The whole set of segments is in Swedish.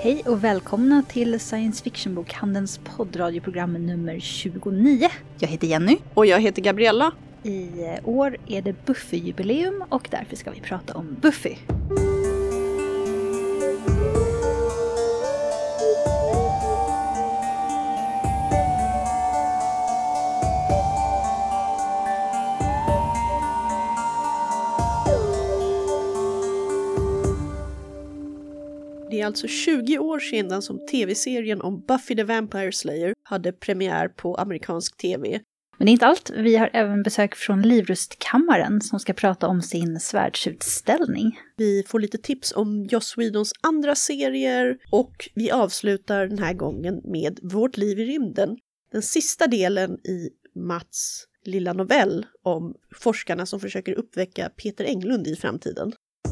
Hej och välkomna till Science Fiction-bokhandelns poddradioprogram nummer 29. Jag heter Jenny. Och jag heter Gabriella. I år är det Buffy-jubileum och därför ska vi prata om Buffy. Det är alltså 20 år sedan som tv-serien om Buffy the Vampire Slayer hade premiär på amerikansk tv. Men det är inte allt. Vi har även besök från Livrustkammaren som ska prata om sin svärdsutställning. Vi får lite tips om Joss Whedons andra serier och vi avslutar den här gången med Vårt liv i rymden. Den sista delen i Mats lilla novell om forskarna som försöker uppväcka Peter Englund i framtiden.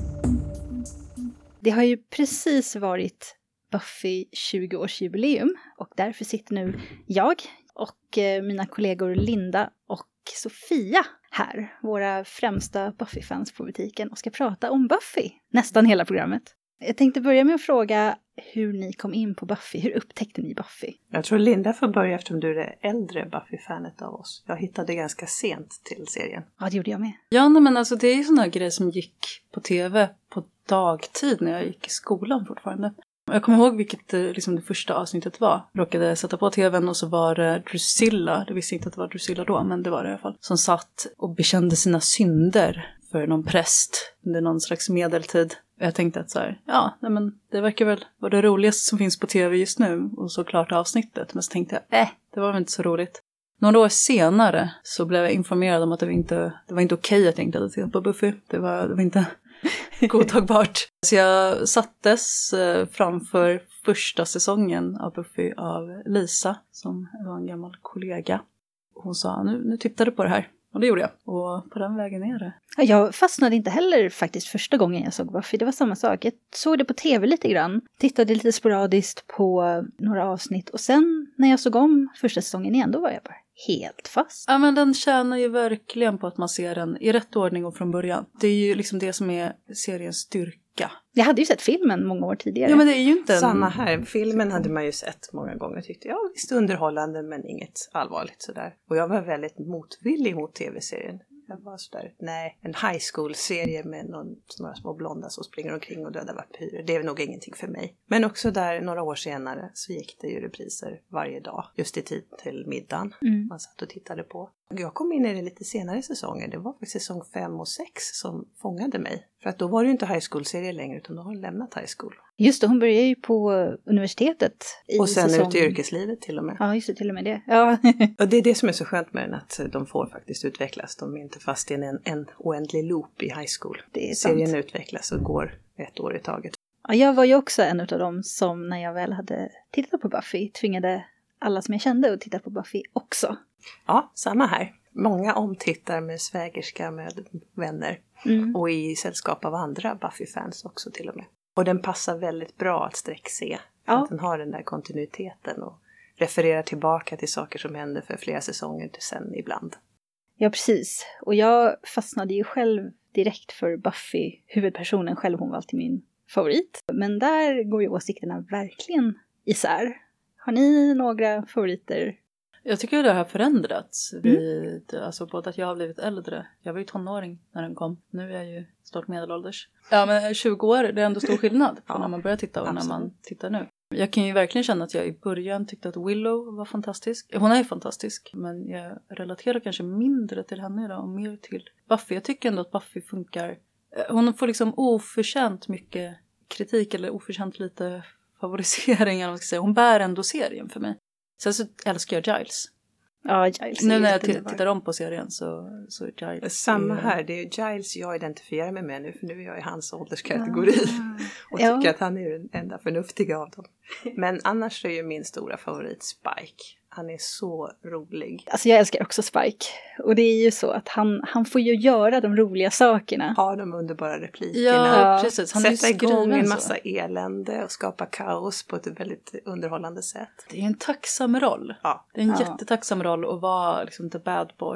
Det har ju precis varit Buffy 20-årsjubileum och därför sitter nu jag och mina kollegor Linda och Sofia här, våra främsta Buffy-fans på butiken, och ska prata om Buffy nästan hela programmet. Jag tänkte börja med att fråga hur ni kom in på Buffy. Hur upptäckte ni Buffy? Jag tror Linda får börja eftersom du är det äldre Buffy-fanet av oss. Jag hittade ganska sent till serien. Ja, det gjorde jag med. Ja, men alltså det är ju sådana grejer som gick på tv på dagtid när jag gick i skolan fortfarande. Jag kommer ihåg vilket liksom det första avsnittet var. Jag råkade sätta på tvn och så var det Drusilla. Jag visste inte att det var Drusilla då, men det var det i alla fall. Som satt och bekände sina synder för någon präst under någon slags medeltid. Jag tänkte att så här, men det verkar väl vara det roligaste som finns på tv just nu. Och så klart avsnittet. Men så tänkte jag, det var väl inte så roligt. Några år senare så blev jag informerad om att det var inte okej att jag inte hade tittat på Buffy. Det var inte godtagbart. Så jag sattes framför första säsongen av Buffy av Lisa, som var en gammal kollega. Hon sa, nu tittar du på det här. Och det gjorde jag. Och på den vägen är det. Jag fastnade inte heller faktiskt första gången jag såg Buffy. Det var samma sak. Jag såg det på tv lite grann. Tittade lite sporadiskt på några avsnitt. Och sen när jag såg om första säsongen igen, då var jag bara helt fast. Ja, men den tjänar ju verkligen på att man ser den i rätt ordning och från början. Det är ju liksom det som är seriens styrka. Jag hade ju sett filmen många år tidigare. Ja, men det är ju inte Samma här. Filmen hade man ju sett många gånger. Tyckte jag visst underhållande men inget allvarligt sådär. Och jag var väldigt motvillig mot tv-serien. Jag var sådär, en high school-serie med några små blonda som springer omkring och dödar vampyrer. Det är nog ingenting för mig. Men också där några år senare så gick det ju repriser varje dag. Just i tid till middagen. Man satt och tittade på. Jag kom in i det lite senare säsonger. Det var faktiskt säsong 5 och 6 som fångade mig. För att då var det ju inte high school-serie längre utan då har hon lämnat high school. Just det, hon började ju på universitetet. Och sen ut i yrkeslivet till och med. Ja, just det, till och med det. Ja. Och det är det som är så skönt med den, att de får faktiskt utvecklas. De är inte fast i en oändlig loop i high school. Det är serien sant. Utvecklas och går ett år i taget. Ja, jag var ju också en av dem som när jag väl hade tittat på Buffy tvingade alla som jag kände att titta på Buffy också. Ja, samma här. Många omtittar med svägerska, med vänner. Och i sällskap av andra Buffy-fans också till och med. Och den passar väldigt bra att sträckse. Ja. Att den har den där kontinuiteten och refererar tillbaka till saker som hände för flera säsonger sen ibland. Ja, precis. Och jag fastnade ju själv direkt för Buffy. Huvudpersonen själv, hon var alltid min favorit. Men där går ju åsikterna verkligen isär. Har ni några favoriter? Jag tycker det har förändrats. Alltså både att jag har blivit äldre. Jag var ju tonåring när den kom. Nu är jag ju stort medelålders. Ja, men 20 år, det är ändå stor skillnad på när man börjar titta och när man tittar nu. Jag kan ju verkligen känna att jag i början tyckte att Willow var fantastisk. Hon är ju fantastisk, men jag relaterar kanske mindre till henne idag och mer till Buffy. Jag tycker ändå att Buffy funkar. Hon får liksom oförtjänt mycket kritik eller oförtjänt lite favoriseringar. Man ska säga. Hon bär ändå serien för mig. Sen så älskar jag Giles. Ja, Giles. Nu när jag tittar om på serien så är Giles. Samma här, det är ju Giles jag identifierar mig med nu. För nu är jag i hans ålderskategori. Och tycker att han är den enda förnuftiga av dem. Men annars är ju min stora favorit Spike. Han är så rolig. Alltså jag älskar också Spike. Och det är ju så att han får ju göra de roliga sakerna. Ha de underbara replikerna. Ja, precis. Han sätta igång en massa elände och skapa kaos på ett väldigt underhållande sätt. Det är en tacksam roll. Ja. Det är en jättetacksam roll att vara liksom the bad boy.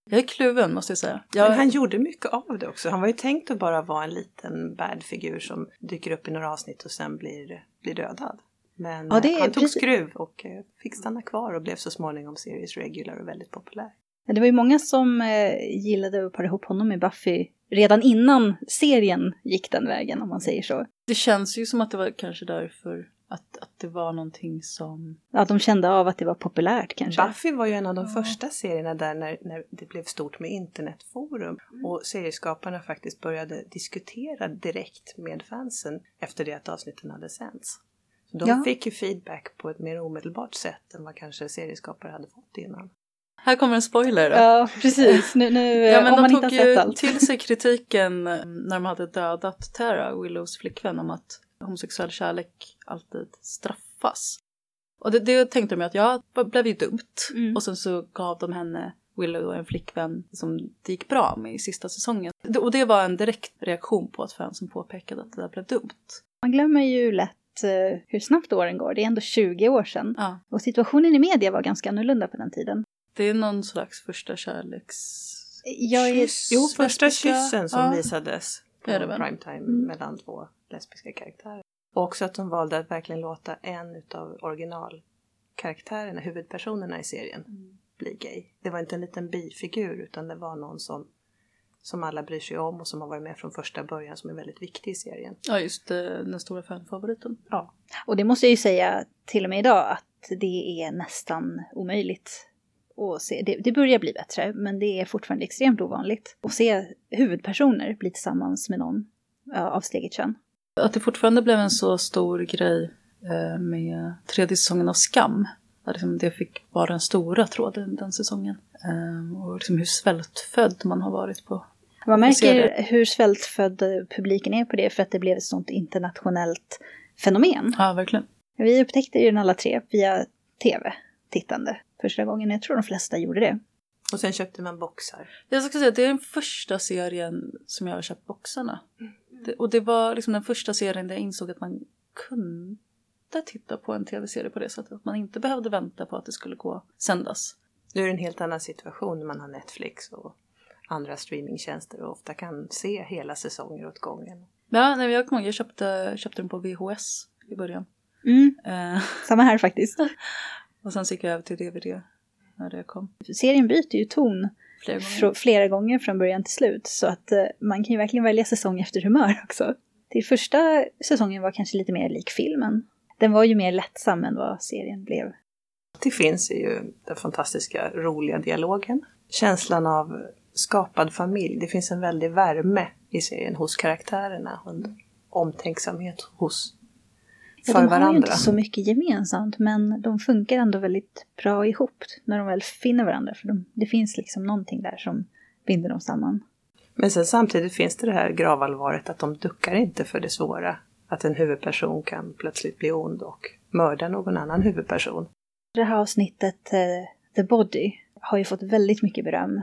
Jag är kluven måste jag säga. Men han gjorde mycket av det också. Han var ju tänkt att bara vara en liten bad-figur som dyker upp i några avsnitt och sen blir dödad. Men han tog skruv och fick stanna kvar och blev så småningom series regular och väldigt populär. Ja, det var ju många som gillade att para ihop honom med Buffy redan innan serien gick den vägen, om man säger så. Det känns ju som att det var kanske därför att det var någonting som... Ja, de kände av att det var populärt kanske. Buffy var ju en av de första serierna där när det blev stort med internetforum. Och serieskaparna faktiskt började diskutera direkt med fansen efter det att avsnitten hade sänds. Så de fick ju feedback på ett mer omedelbart sätt än vad kanske serieskapare hade fått innan. Här kommer en spoiler då. Ja, precis. Nu men om man de inte har tog sett ju allt. till sig kritiken när de hade dödat Tara, Willows flickvän, om att homosexuell kärlek alltid straffas. Och det tänkte de att blev ju dumt. Och sen så gav de henne, Willow, en flickvän som det gick bra med i sista säsongen. Och det var en direkt reaktion på att fansen påpekade att det där blev dumt. Man glömmer ju lätt hur snabbt åren går. Det är ändå 20 år sedan. Ja. Och situationen i media var ganska annorlunda på den tiden. Det är någon slags första kärleks... Första kyssen som visades på primetime mellan 2 lesbiska karaktärer. Och också att de valde att verkligen låta en utav originalkaraktärerna, huvudpersonerna i serien, bli gay. Det var inte en liten bifigur utan det var någon som alla bryr sig om och som har varit med från första början, som är väldigt viktig i serien. Ja, just den stora fanfavoriten. Ja. Och det måste jag ju säga till och med idag att det är nästan omöjligt att se. Det börjar bli bättre, men det är fortfarande extremt ovanligt att se huvudpersoner bli tillsammans med någon av sitt eget kön. Att det fortfarande blev en så stor grej med 3:e säsongen av Skam. Liksom det fick vara den stora tråden den säsongen. Och liksom hur svältfödd man har varit på. Man märker hur svältfödd publiken är på det, för att det blev ett sånt internationellt fenomen. Ja, verkligen. Vi upptäckte ju den alla 3 via tv-tittande första gången. Jag tror de flesta gjorde det. Och sen köpte man boxar. Jag ska säga att det är den första serien som jag har köpt boxarna. Och det var liksom den första serien där jag insåg att man kunde titta på en tv-serie på det sättet. Att man inte behövde vänta på att det skulle gå sändas. Nu är det en helt annan situation när man har Netflix och andra streamingtjänster och ofta kan se hela säsonger åt gången. Ja, nej, jag köpte den på VHS i början. Samma här faktiskt. Och sen gick jag över till DVD när det kom. Serien byter ju ton flera gånger från början till slut. Så att man kan ju verkligen välja säsong efter humör också. Till första säsongen var kanske lite mer lik filmen. Den var ju mer lättsam än vad serien blev. Det finns ju den fantastiska, roliga dialogen. Känslan av skapad familj. Det finns en väldig värme i serien hos karaktärerna. Och en omtänksamhet för varandra. De har ju inte så mycket gemensamt, men de funkar ändå väldigt bra ihop när de väl finner varandra. För det finns liksom någonting där som binder dem samman. Men sen samtidigt finns det här gravallvaret att de duckar inte för det svåra. Att en huvudperson kan plötsligt bli ond och mörda någon annan huvudperson. Det här avsnittet, The Body, har ju fått väldigt mycket beröm.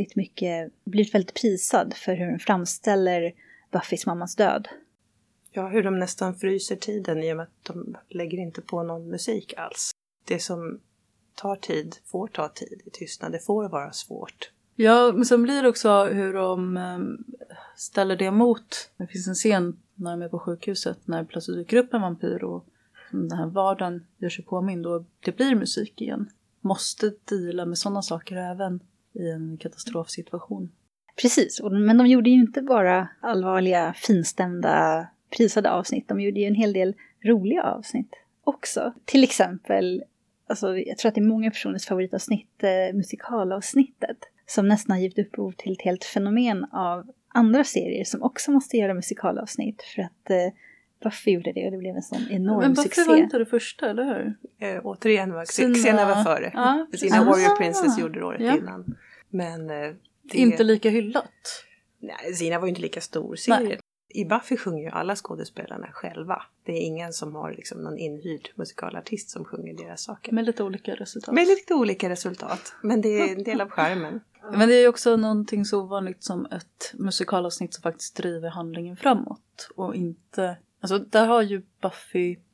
Blivit väldigt prisad för hur den framställer Buffys mammas död. Ja, hur de nästan fryser tiden i och med att de lägger inte på någon musik alls. Det som tar tid får ta tid i tystnad. Det får vara svårt. Ja, men sen blir det också hur de ställer det emot. Det finns en scen när de är på sjukhuset när plötsligt dyker upp en vampyr och den här vardagen gör sig påmind och det blir musik igen. Måste deala med sådana saker även i en katastrofsituation. Precis, men de gjorde ju inte bara allvarliga, finstämda, prisade avsnitt. De gjorde ju en hel del roliga avsnitt också. Till exempel, alltså, jag tror att det är många personers favoritavsnitt, musikalavsnittet. Som nästan har givit upphov till ett helt fenomen av andra serier som också måste göra musikalavsnitt. För att Buffy gjorde det och det blev en sån enorm succé. Men Buffy var inte det första, eller hur? Återigen var Xena var före. Ja, Sina Warrior Princess gjorde det året innan. Men inte lika hyllat. Nej, Xena var ju inte lika stor serie. I Buffy sjunger ju alla skådespelarna själva. Det är ingen som har liksom någon inhyrd musikalartist som sjunger deras saker. Med lite olika resultat. Men det är en del av charmen. Men det är ju också någonting så ovanligt som ett musikalavsnitt som faktiskt driver handlingen framåt. Och inte... Alltså där har ju Buffy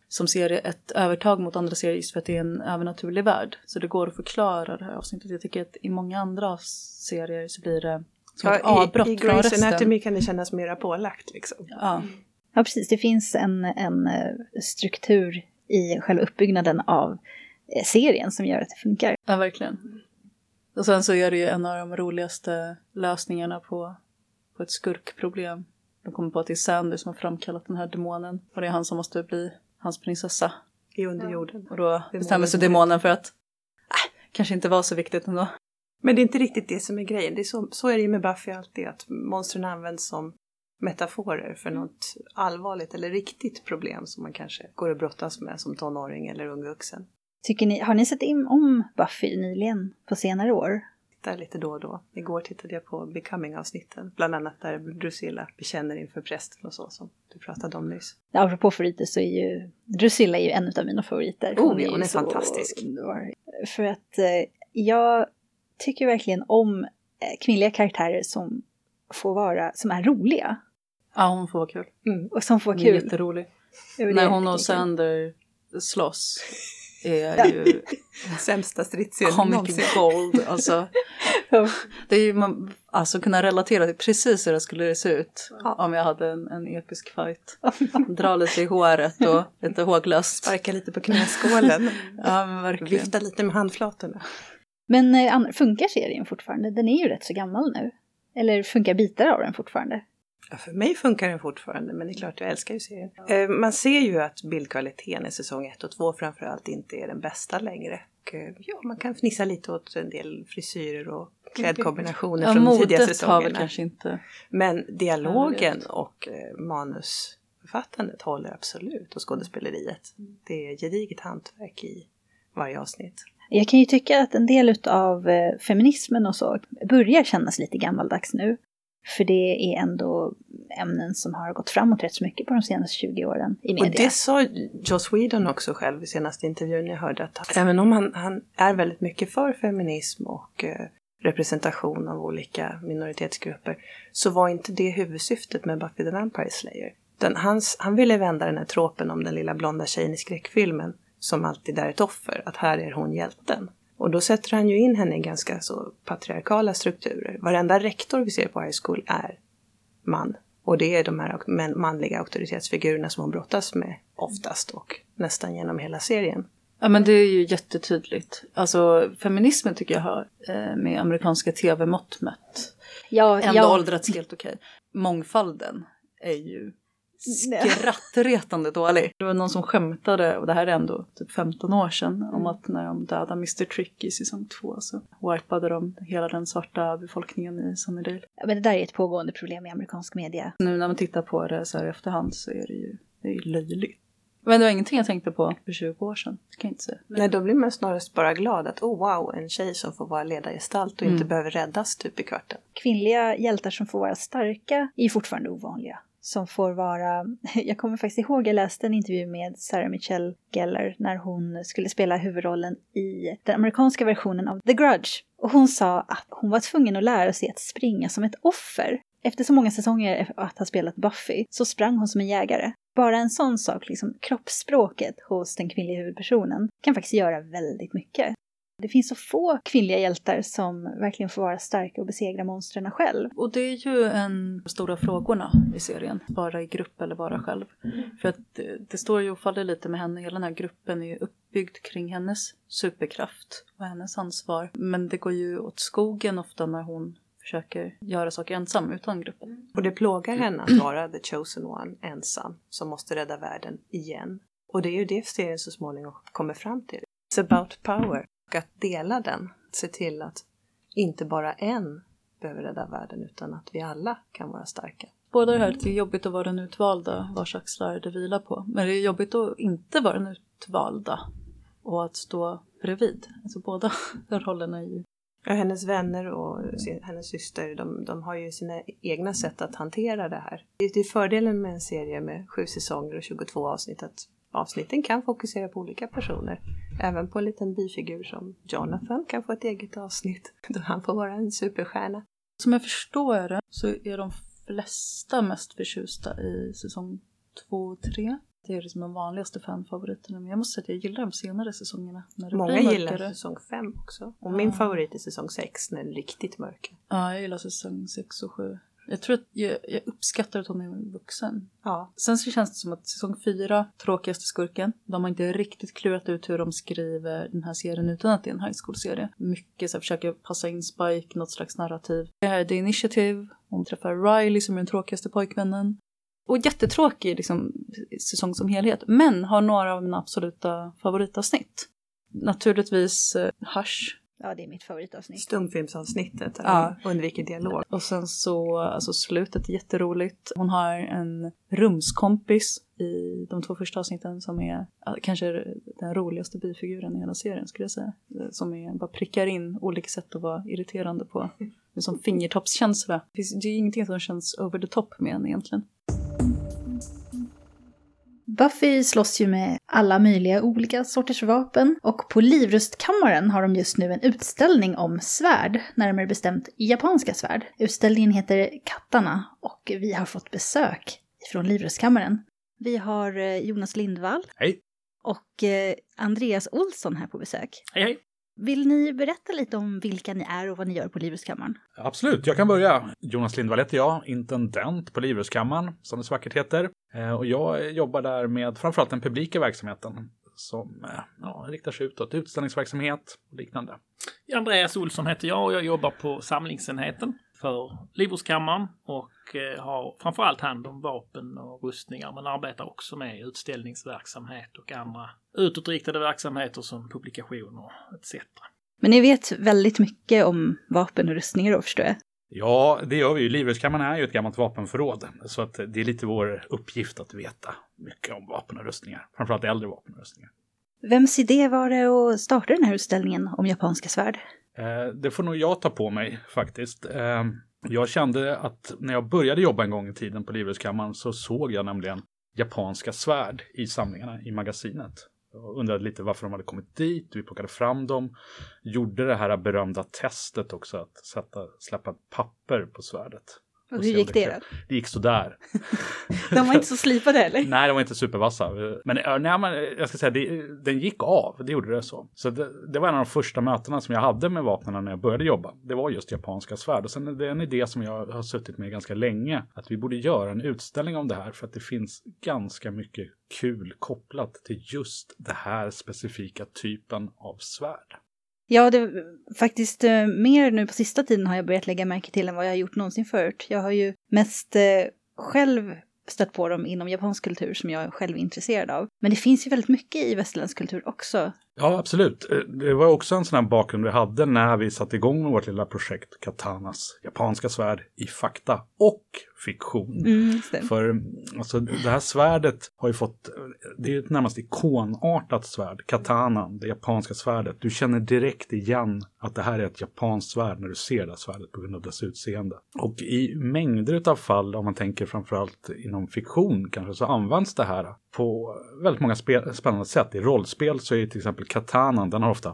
som serie ett övertag mot andra serier just för att det är en övernaturlig värld. Så det går att förklara det här avsnittet. Jag tycker att i många andra serier så blir det som ett avbrott i från resten. Grey's Anatomy kan det kännas mera pålagt liksom. Ja. Ja, precis. Det finns en struktur i själva uppbyggnaden av serien som gör att det funkar. Ja, verkligen. Och sen så är det ju en av de roligaste lösningarna på ett skurkproblem. De kommer på att det är Sander som har framkallat den här demonen. Och det är han som måste bli hans prinsessa. I underjorden. Och då bestämmer sig demonen för att kanske inte var så viktigt ändå. Men det är inte riktigt det som är grejen. Det är så är det ju med Buffy alltid. Att monstren används som metaforer för något allvarligt eller riktigt problem som man kanske går och brottas med som tonåring eller ung vuxen. Har ni sett in om Buffy nyligen på senare år? Tittar lite då och då. Igår tittade jag på Becoming-avsnitten. Bland annat där Drusilla bekänner inför prästen och så som du pratade om nyss. Ja, apropå favoriter så är ju Drusilla är ju en av mina favoriter. Hon är fantastisk. För att jag tycker verkligen om kvinnliga karaktärer som är roliga. Ja, hon får vara kul. Och som får vara kul. Kul. Jätterolig. När hon och Sander slåss är ju sämsta stridsscenen comic gold. Alltså, det är ju man kunna relatera till precis hur det skulle se ut om jag hade en episk fight. Dra lite i håret och lite håglöst. Sparka lite på knäskålen. Ja, men verkligen. Vifta lite med handflatorna. Men funkar serien fortfarande? Den är ju rätt så gammal nu. Eller funkar bitar av den fortfarande? Ja, för mig funkar den fortfarande, men det är klart jag älskar ju serien. Man ser ju att bildkvaliteten i säsong 1 och 2 framförallt inte är den bästa längre. Och, man kan fnissa lite åt en del frisyrer och klädkombinationer från de tidiga säsongerna. Kanske inte. Men dialogen och manusförfattandet håller absolut, och skådespeleriet. Det är gediget hantverk i varje avsnitt. Jag kan ju tycka att en del av feminismen och så börjar kännas lite gammaldags nu. För det är ändå ämnen som har gått framåt rätt så mycket på de senaste 20 åren i media. Och det sa Joss Whedon också själv i senaste intervjun jag hörde. Att även om han är väldigt mycket för feminism och representation av olika minoritetsgrupper, så var inte det huvudsyftet med Buffy the Vampire Slayer. Han ville vända den här tropen om den lilla blonda tjejen i skräckfilmen som alltid är ett offer. Att här är hon hjälten. Och då sätter han ju in henne i ganska så patriarkala strukturer. Varenda rektor vi ser på high school är man. Och det är de här manliga auktoritetsfigurerna som hon brottas med oftast och nästan genom hela serien. Ja, men det är ju jättetydligt. Alltså feminismen tycker jag har med amerikanska tv-mått mätt. Ändå åldrats helt okej. Mångfalden är ju skrattretande dålig. Det var någon som skämtade, och det här är ändå typ 15 år sedan, om att när de dödade Mr. Trick i säsong 2 så wipade de hela den svarta befolkningen i Sunnydale. Ja, men det där är ett pågående problem i amerikansk media. Nu när man tittar på det så här i efterhand så är det är ju löjligt. Men det var ingenting jag tänkte på för 20 år sedan, det kan jag inte säga. Nej, då blir man snarast bara glad att wow, en tjej som får vara ledargestalt och inte behöver räddas typ i kvarten. Kvinnliga hjältar som får vara starka är fortfarande ovanliga. Som får vara... Jag kommer faktiskt ihåg, jag läste en intervju med Sarah Michelle Gellar när hon skulle spela huvudrollen i den amerikanska versionen av The Grudge. Och hon sa att hon var tvungen att lära sig att springa som ett offer. Efter så många säsonger att ha spelat Buffy så sprang hon som en jägare. Bara en sån sak, liksom kroppsspråket hos den kvinnliga huvudpersonen, kan faktiskt göra väldigt mycket. Det finns så få kvinnliga hjältar som verkligen får vara starka och besegra monstren själv. Och det är ju en av stora frågorna i serien. Bara i grupp eller bara själv. För att det står ju och faller lite med henne. Hela den här gruppen är ju uppbyggd kring hennes superkraft och hennes ansvar. Men det går ju åt skogen ofta när hon försöker göra saker ensam utan gruppen. Och det plågar henne att vara the chosen one ensam som måste rädda världen igen. Och det är ju det serien så småningom kommer fram till. It's about power. Och att dela den. Se till att inte bara en behöver rädda världen utan att vi alla kan vara starka. Båda det här, det är jobbigt att vara den utvalda vars axlar det vilar på. Men det är jobbigt att inte vara den utvalda och att stå bredvid. Alltså båda de rollerna är ju... Ja, hennes vänner och hennes syster, de har ju sina egna sätt att hantera det här. Det är fördelen med en serie med 7 säsonger och 22 avsnitt att avsnitten kan fokusera på olika personer. Även på en liten bifigur som Jonathan kan få ett eget avsnitt då han får vara en superstjärna. Som jag förstår det så är de flesta mest förtjusta i säsong 2 och 3. Det är liksom de vanligaste fanfavoriterna. Men jag måste säga att jag gillar de senare säsongerna. När det Många blir gillar mörkare. säsong 5 också. Och min favorit är säsong 6 när den är riktigt mörk. Ja, jag gillar säsong 6 och 7. Jag tror att jag uppskattar att hon är vuxen. Ja. Sen så känns det som att säsong 4, tråkigaste skurken. De har inte riktigt klurat ut hur de skriver den här serien utan att det är en high school-serie. Mycket så här, försöker passa in Spike, något slags narrativ. Det här är The Initiative. Hon träffar Riley som är den tråkigaste pojkvännen. Och jättetråkig liksom, säsong som helhet. Men har några av mina absoluta favoritavsnitt. Naturligtvis Hush. Ja, det är mitt favoritavsnitt. Stumfilmsavsnittet. Där Ja. hon undviker dialog. Och sen så, alltså slutet är jätteroligt. Hon har en rumskompis i de 2 första avsnitten som är kanske den roligaste bifiguren i hela serien, skulle jag säga. Som är, bara prickar in olika sätt att vara irriterande på. Det är som fingertoppskänsla. Det är ingenting som känns over the top med en egentligen. Buffy slåss ju med alla möjliga olika sorters vapen och på Livrustkammaren har de just nu en utställning om svärd, närmare bestämt japanska svärd. Utställningen heter Katana och vi har fått besök från Livrustkammaren. Vi har Jonas Lindvall. Hej. Och Andreas Olsson här på besök. Hej, hej. Vill ni berätta lite om vilka ni är och vad ni gör på Livrustkammaren? Absolut, jag kan börja. Jonas Lindvall heter jag, intendent på Livrustkammaren, som det så vackert heter. Och jag jobbar där med framförallt den publika verksamheten som riktar sig utåt, utställningsverksamhet och liknande. Andreas Olsson heter jag och jag jobbar på samlingsenheten för Livrustkammaren och har framförallt hand om vapen och rustningar, men arbetar också med utställningsverksamhet och andra utåtriktade verksamheter som publikationer etc. Men ni vet väldigt mycket om vapen och rustningar då, förstår jag. Ja, det gör vi ju. Livrustkammaren är ju ett gammalt vapenförråd, så att det är lite vår uppgift att veta mycket om vapen och rustningar. Framförallt äldre vapen och rustningar. Vems idé var det att starta den här utställningen om japanska svärd? Det får nog jag ta på mig faktiskt. Jag kände att när jag började jobba en gång i tiden på Livrustkammaren så såg jag nämligen japanska svärd i samlingarna i magasinet. Jag undrade lite varför de hade kommit dit. Vi plockade fram dem. Gjorde det här berömda testet också att släppa papper på svärdet. Och hur gick det då? Det gick så där. De var inte så slipade heller? Nej, de var inte supervassa. Men jag ska säga, den gick av. Det gjorde det så. Så det var en av de första mötena som jag hade med vapnen när jag började jobba. Det var just japanska svärd. Och sen är det en idé som jag har suttit med ganska länge. Att vi borde göra en utställning om det här. För att det finns ganska mycket kul kopplat till just det här specifika typen av svärd. Ja, det faktiskt mer nu på sista tiden har jag börjat lägga märke till än vad jag har gjort någonsin förut. Jag har ju mest själv stött på dem inom japansk kultur som jag själv är intresserad av. Men det finns ju väldigt mycket i västerländsk kultur också. Ja, absolut. Det var också en sån här bakgrund vi hade när vi satte igång med vårt lilla projekt Katanas japanska svärd i fakta och fiktion. För alltså, det här svärdet har ju fått, det är ett närmast ikonartat svärd, katanan, det japanska svärdet. Du känner direkt igen att det här är ett japanskt svärd när du ser det här svärdet på grund av dess utseende. Och i mängder av fall, om man tänker framförallt inom fiktion kanske, så används det här på väldigt många spännande sätt. I rollspel så är till exempel katanan, den har ofta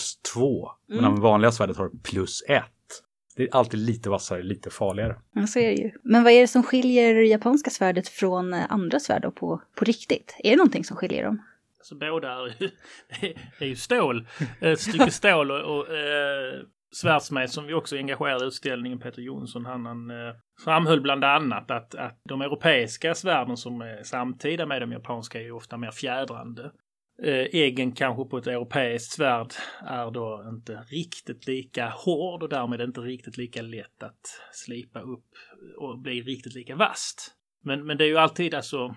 +2. Medan det vanliga svärdet har +1. Det är alltid lite vassare, lite farligare. Ja, så är det ju. Men vad är det som skiljer japanska svärdet från andra svärd då på riktigt? Är det någonting som skiljer dem? Så båda är ju stål. Ett stycke stål och svärdsmed som vi också engagerade i utställningen, Peter Jonsson, han framhöll bland annat att de europeiska svärden som är samtida med de japanska är ju ofta mer fjädrande. Äggen kanske på ett europeiskt svärd är då inte riktigt lika hård och därmed inte riktigt lika lätt att slipa upp och bli riktigt lika vasst. Men det är ju alltid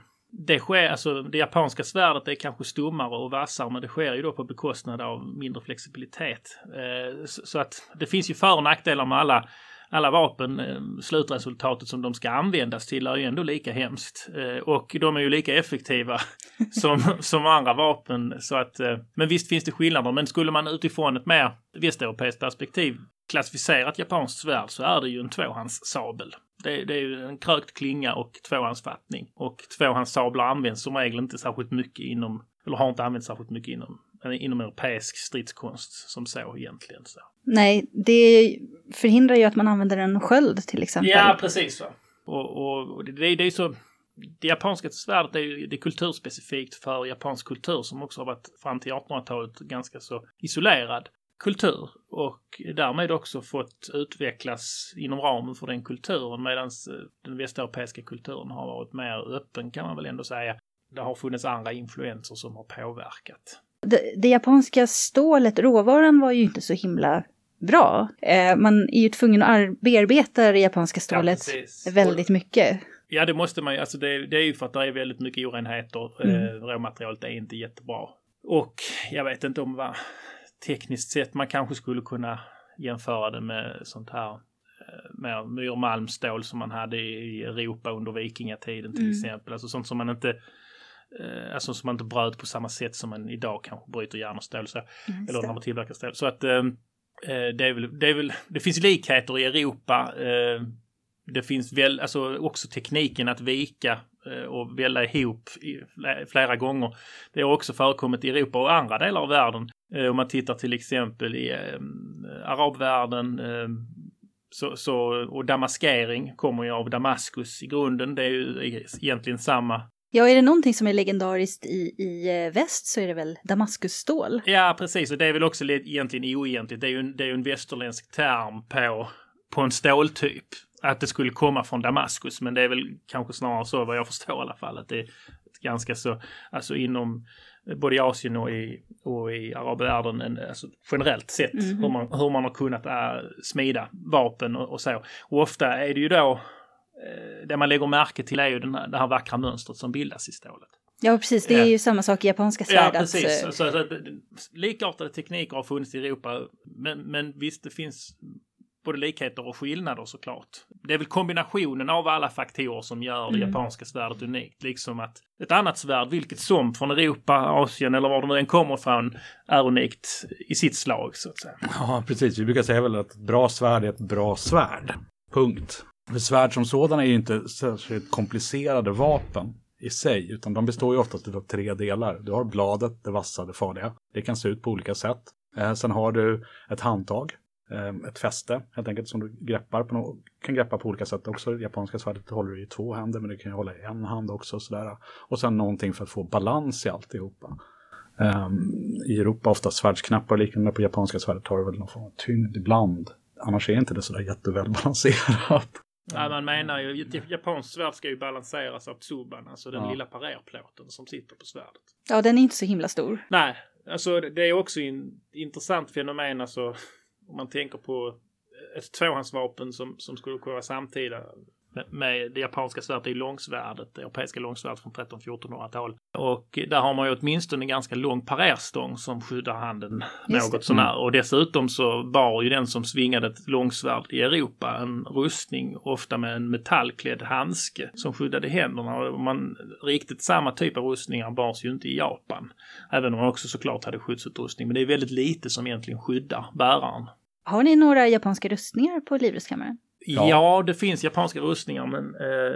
det japanska svärdet är kanske stummare och vassare, men det sker ju då på bekostnad av mindre flexibilitet. Så att det finns ju för- och nackdelar med alla vapen. Slutresultatet som de ska användas till är ju ändå lika hemskt. Och de är ju lika effektiva som andra vapen. Så att, men visst finns det skillnader. Men skulle man utifrån ett mer västeuropeiskt perspektiv klassificera ett japanskt svärd så är det ju en tvåhandssabel. Det är ju en krökt klinga och tvåhandsfattning. Och tvåhandssablar används som regel inte särskilt mycket har inte använts särskilt mycket inom europeisk stridskonst som så egentligen. Så. Nej, det förhindrar ju att man använder en sköld till exempel. Ja, precis. Va? Och det är så, det japanska svärdet är ju det kulturspecifikt för japansk kultur som också har varit fram till 1800-talet ganska så isolerad kultur och därmed också fått utvecklas inom ramen för den kulturen medan den västeuropeiska kulturen har varit mer öppen kan man väl ändå säga. Det har funnits andra influenser som har påverkat. Det japanska stålet, råvaran var ju inte så himla bra. Man är ju tvungen att bearbeta det japanska stålet väldigt mycket. Ja, det måste man ju. Alltså det är ju för att det är väldigt mycket orenheter. Råmaterialet är inte jättebra. Och jag vet inte om vad tekniskt sett man kanske skulle kunna jämföra det med sånt här mer myrmalmstål som man hade i Europa under vikingatiden till exempel. Alltså sånt som man inte alltså som man inte bröt på samma sätt som man idag kanske bryter järn och stål så, eller när man tillverkar stål. Så att det finns likheter i Europa. Det finns väl alltså också tekniken att vika och välla ihop flera gånger. Det har också förekommit i Europa och andra delar av världen. Om man tittar till exempel i arabvärlden och damaskering kommer ju av Damaskus i grunden. Det är ju egentligen samma. Ja, är det någonting som är legendariskt i väst så är det väl Damaskusstål. Ja, precis. Och det är väl också egentligen oegentligt. Det är ju en västerländsk term på en ståltyp. Att det skulle komma från Damaskus. Men det är väl kanske snarare så vad jag förstår i alla fall. Att det är ganska så, alltså inom både i Asien och i arabvärlden alltså generellt sett hur man har kunnat smida vapen och så. Och ofta är det ju då det man lägger märke till är ju det här vackra mönstret som bildas i stålet. Ja, precis. Det är ju samma sak i japanska svärd. Ja, precis. Så likartade tekniker har funnits i Europa. Men visst, det finns både likheter och skillnader såklart. Det är väl kombinationen av alla faktorer som gör det japanska svärdet unikt. Liksom att ett annat svärd, vilket som från Europa, Asien eller var det nu än kommer från, är unikt i sitt slag så att säga. Ja, precis. Vi brukar säga väl att ett bra svärd är ett bra svärd. Punkt. För svärd som sådana är ju inte särskilt komplicerade vapen i sig, utan de består ju oftast av 3 delar. Du har bladet, det vassa, det farliga. Det kan se ut på olika sätt. Sen har du ett handtag, ett fäste helt enkelt som du kan greppa på olika sätt också. Det japanska svärdet håller du i 2 händer, men du kan ju hålla i 1 hand också. Sådär. Och sen någonting för att få balans i alltihopa. I Europa ofta svärdsknappar liknande, på japanska svärdet har du väl någon form av tyngd ibland. Annars är inte det sådär jättevälbalanserat. Ja, man menar ju att japanskt svärd ska ju balanseras av tsuban, alltså den lilla parerplåten som sitter på svärdet. Ja, den är inte så himla stor. Nej, alltså det är också en intressant fenomen, alltså om man tänker på ett tvåhandsvapen som skulle kunna vara samtida med det japanska svärdet är långsvärdet, det europeiska långsvärdet från 1300-1400-tal. Och där har man ju åtminstone en ganska lång parerstång som skyddar handen något sånär. Och dessutom så bar ju den som svingade ett långsvärd i Europa en rustning, ofta med en metallklädd handske som skyddade händerna. Och riktigt samma typ av rustningar bars ju inte i Japan. Även om man också såklart hade skyddsutrustning. Men det är väldigt lite som egentligen skyddar bäraren. Har ni några japanska rustningar på Livrustkammaren? Ja, det finns japanska rustningar, men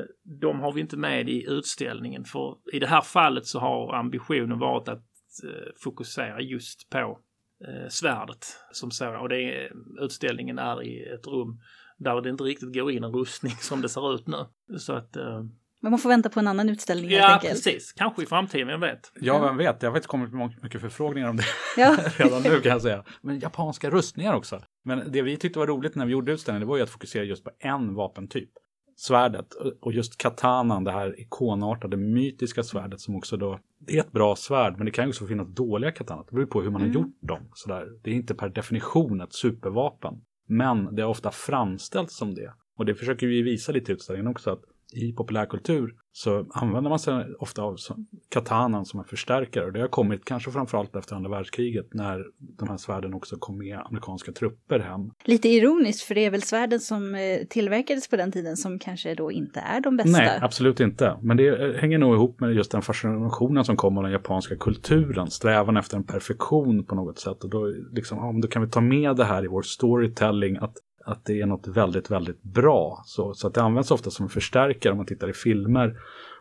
de har vi inte med i utställningen. För i det här fallet så har ambitionen varit att fokusera just på svärdet som så. Och utställningen är i ett rum där det inte riktigt går in en rustning som det ser ut nu. Så att... Men man får vänta på en annan utställning helt enkelt. Ja, precis. Kanske i framtiden, vem vet. Ja, vem vet. Jag har faktiskt kommit mycket förfrågningar om det redan nu kan jag säga. Men japanska rustningar också. Men det vi tyckte var roligt när vi gjorde utställningen, det var ju att fokusera just på en vapentyp. Svärdet och just katanan, det här ikonartade mytiska svärdet som också då, det är ett bra svärd, men det kan ju också finnas dåliga katanas. Det beror på hur man har gjort dem. Sådär. Det är inte per definition ett supervapen. Men det är ofta framställt som det. Och det försöker vi visa lite i utställningen också, att i populärkultur så använder man sig ofta av katanan som en förstärkare. Och det har kommit kanske framförallt efter andra världskriget när de här svärden också kom med amerikanska trupper hem. Lite ironiskt, för det är väl svärden som tillverkades på den tiden som kanske då inte är de bästa. Nej, absolut inte. Men det hänger nog ihop med just den fascinationen som kommer av den japanska kulturen. Strävan efter en perfektion på något sätt. Och då, liksom, då kan vi ta med det här i vår storytelling att det är något väldigt, väldigt bra. Så att det används ofta som en förstärkare om man tittar i filmer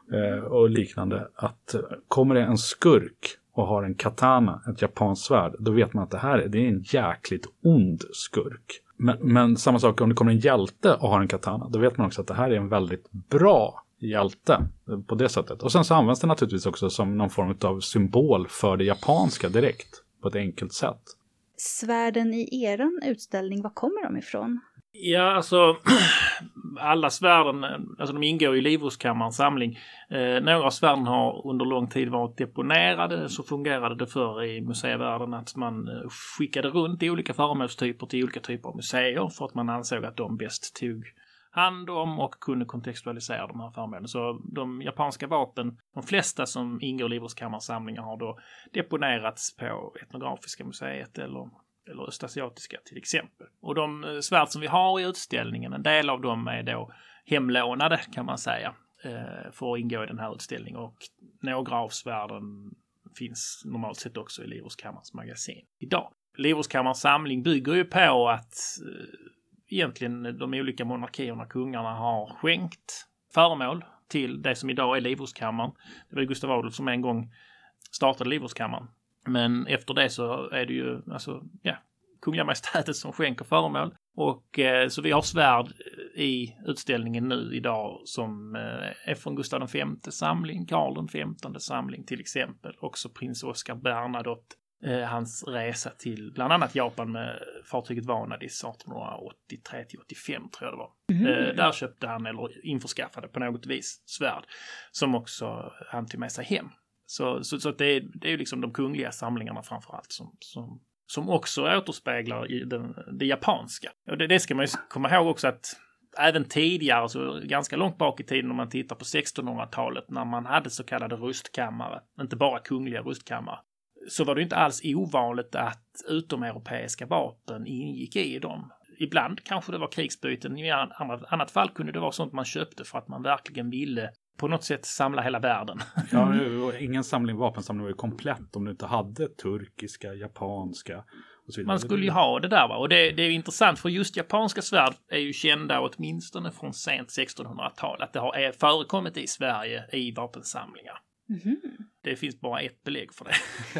och liknande. Att kommer det en skurk och har en katana, ett japanskt svärd, då vet man att det är en jäkligt ond skurk. Men samma sak om det kommer en hjälte och har en katana, då vet man också att det här är en väldigt bra hjälte på det sättet. Och sen så används det naturligtvis också som någon form av symbol för det japanska direkt på ett enkelt sätt. Svärden i eran utställning, var kommer de ifrån? Ja, alltså alla svärden, alltså de ingår i Livrustkammarens samling. Några av svärden har under lång tid varit deponerade. Så fungerade det förr i museivärlden att man skickade runt i olika föremålstyper till olika typer av museer för att man ansåg att de bäst tog hand om och kunde kontextualisera de här föremålen. Så de japanska vapen, de flesta som ingår i Livrustkammarens samlingar har då deponerats på Etnografiska museet eller östasiatiska till exempel. Och de svärd som vi har i utställningen, en del av dem är då hemlånade kan man säga för att ingå i den här utställningen, och några av svärden finns normalt sett också i Livrustkammarens magasin idag. Livrustkammarens samling bygger ju på att egentligen de olika monarkierna, kungarna, har skänkt föremål till det som idag är Livrustkammaren. Det var Gustav Adolf som en gång startade Livrustkammaren. Men efter det så är det ju Kungliga Majestätet som skänker föremål. Och så vi har svärd i utställningen nu idag som är från Gustav V's samling, Karl XV samling till exempel. Också prins Oscar Bernadotte, hans resa till bland annat Japan med fartyget Vanadis 1883-85 tror jag det var. Där köpte han eller införskaffade på något vis svärd som också han tog med sig hem. Så det är ju liksom de kungliga samlingarna framförallt som också återspeglar i det japanska. Och det ska man ju komma ihåg också att även tidigare, så ganska långt bak i tiden om man tittar på 1600-talet när man hade så kallade rustkammare, inte bara kungliga rustkammare, så var det inte alls ovanligt att utomeuropeiska vapen ingick i dem. Ibland kanske det var krigsbyten, i annat fall kunde det vara sånt man köpte för att man verkligen ville på något sätt samla hela världen. Ja, ingen vapensamling var ju komplett om du inte hade turkiska, japanska och så vidare. Man skulle ju ha det där, va? Och det är ju intressant för just japanska svärd är ju kända åtminstone från sent 1600-tal att det har förekommit i Sverige i vapensamlingar. Det finns bara ett belägg för det.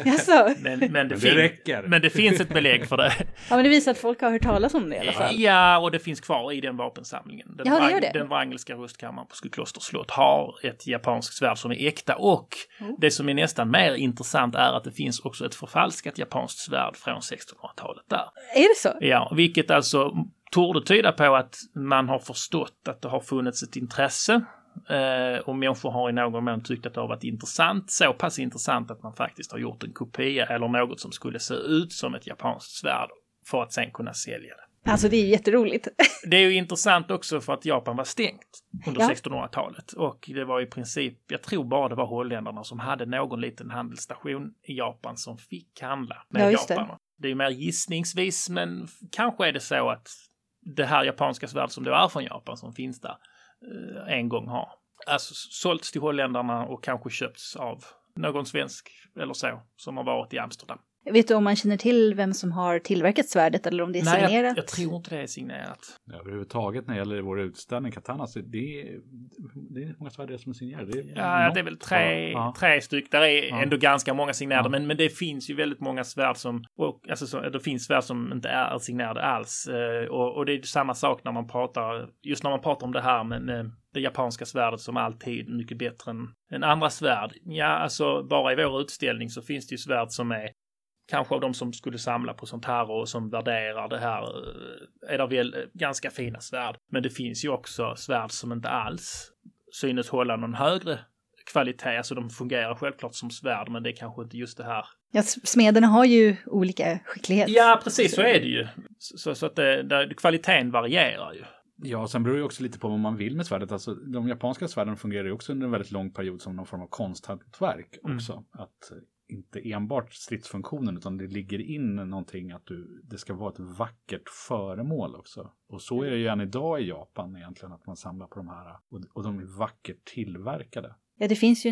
Men det finns ett belägg för det. Ja, men det visar att folk har hört talas om det i alla fall. Ja, och det finns kvar i den vapensamlingen. Den Wrangelska rustkammaren på Skoklosters slott har ett japanskt svärd som är äkta, och det som är nästan mer intressant är att det finns också ett förfalskat japanskt svärd från 1600-talet där. Är det så? Ja, vilket alltså torde tyda på att man har förstått att det har funnits ett intresse. Och människor har i någon mån tyckt att det har varit intressant, så pass intressant att man faktiskt har gjort en kopia eller något som skulle se ut som ett japanskt svärd för att sen kunna sälja det. Alltså det är ju jätteroligt. Det är ju intressant också för att Japan var stängt under 1600-talet, och det var i princip, jag tror bara det var holländarna som hade någon liten handelsstation i Japan som fick handla med Japan. Det är ju mer gissningsvis, men kanske är det så att det här japanska svärd som då är från Japan som finns där en gång har alltså sålts till holländarna och kanske köpts av någon svensk eller så som har varit i Amsterdam. Vet du om man känner till vem som har tillverkat svärdet eller om det är signerat? Nej, jag tror inte det är signerat. Ja, överhuvudtaget när det gäller vår utställning Katanas, det är många svärd som är signerade. Det är väl tre styck. Där är ändå ganska många signerade, men det finns ju väldigt många svärd som, det finns svärd som inte är signerade alls. Och det är samma sak när man pratar om det här med det japanska svärdet som alltid är mycket bättre än andra svärd. Ja, alltså bara i vår utställning så finns det ju svärd som är kanske av de som skulle samla på sånt här och som värderar det här är det väl ganska fina svärd. Men det finns ju också svärd som inte alls synes hålla någon högre kvalitet. Alltså de fungerar självklart som svärd, men det är kanske inte just det här. Ja, smederna har ju olika skicklighet. Ja, precis så är det ju. Så att kvaliteten varierar ju. Ja, sen beror det också lite på vad man vill med svärdet. Alltså, de japanska svärden fungerar ju också under en väldigt lång period som någon form av konsthantverk också. Att inte enbart stridsfunktionen, utan det ligger in någonting att det ska vara ett vackert föremål också. Och så är det ju än idag i Japan egentligen, att man samlar på de här och de är vackert tillverkade. Ja, det finns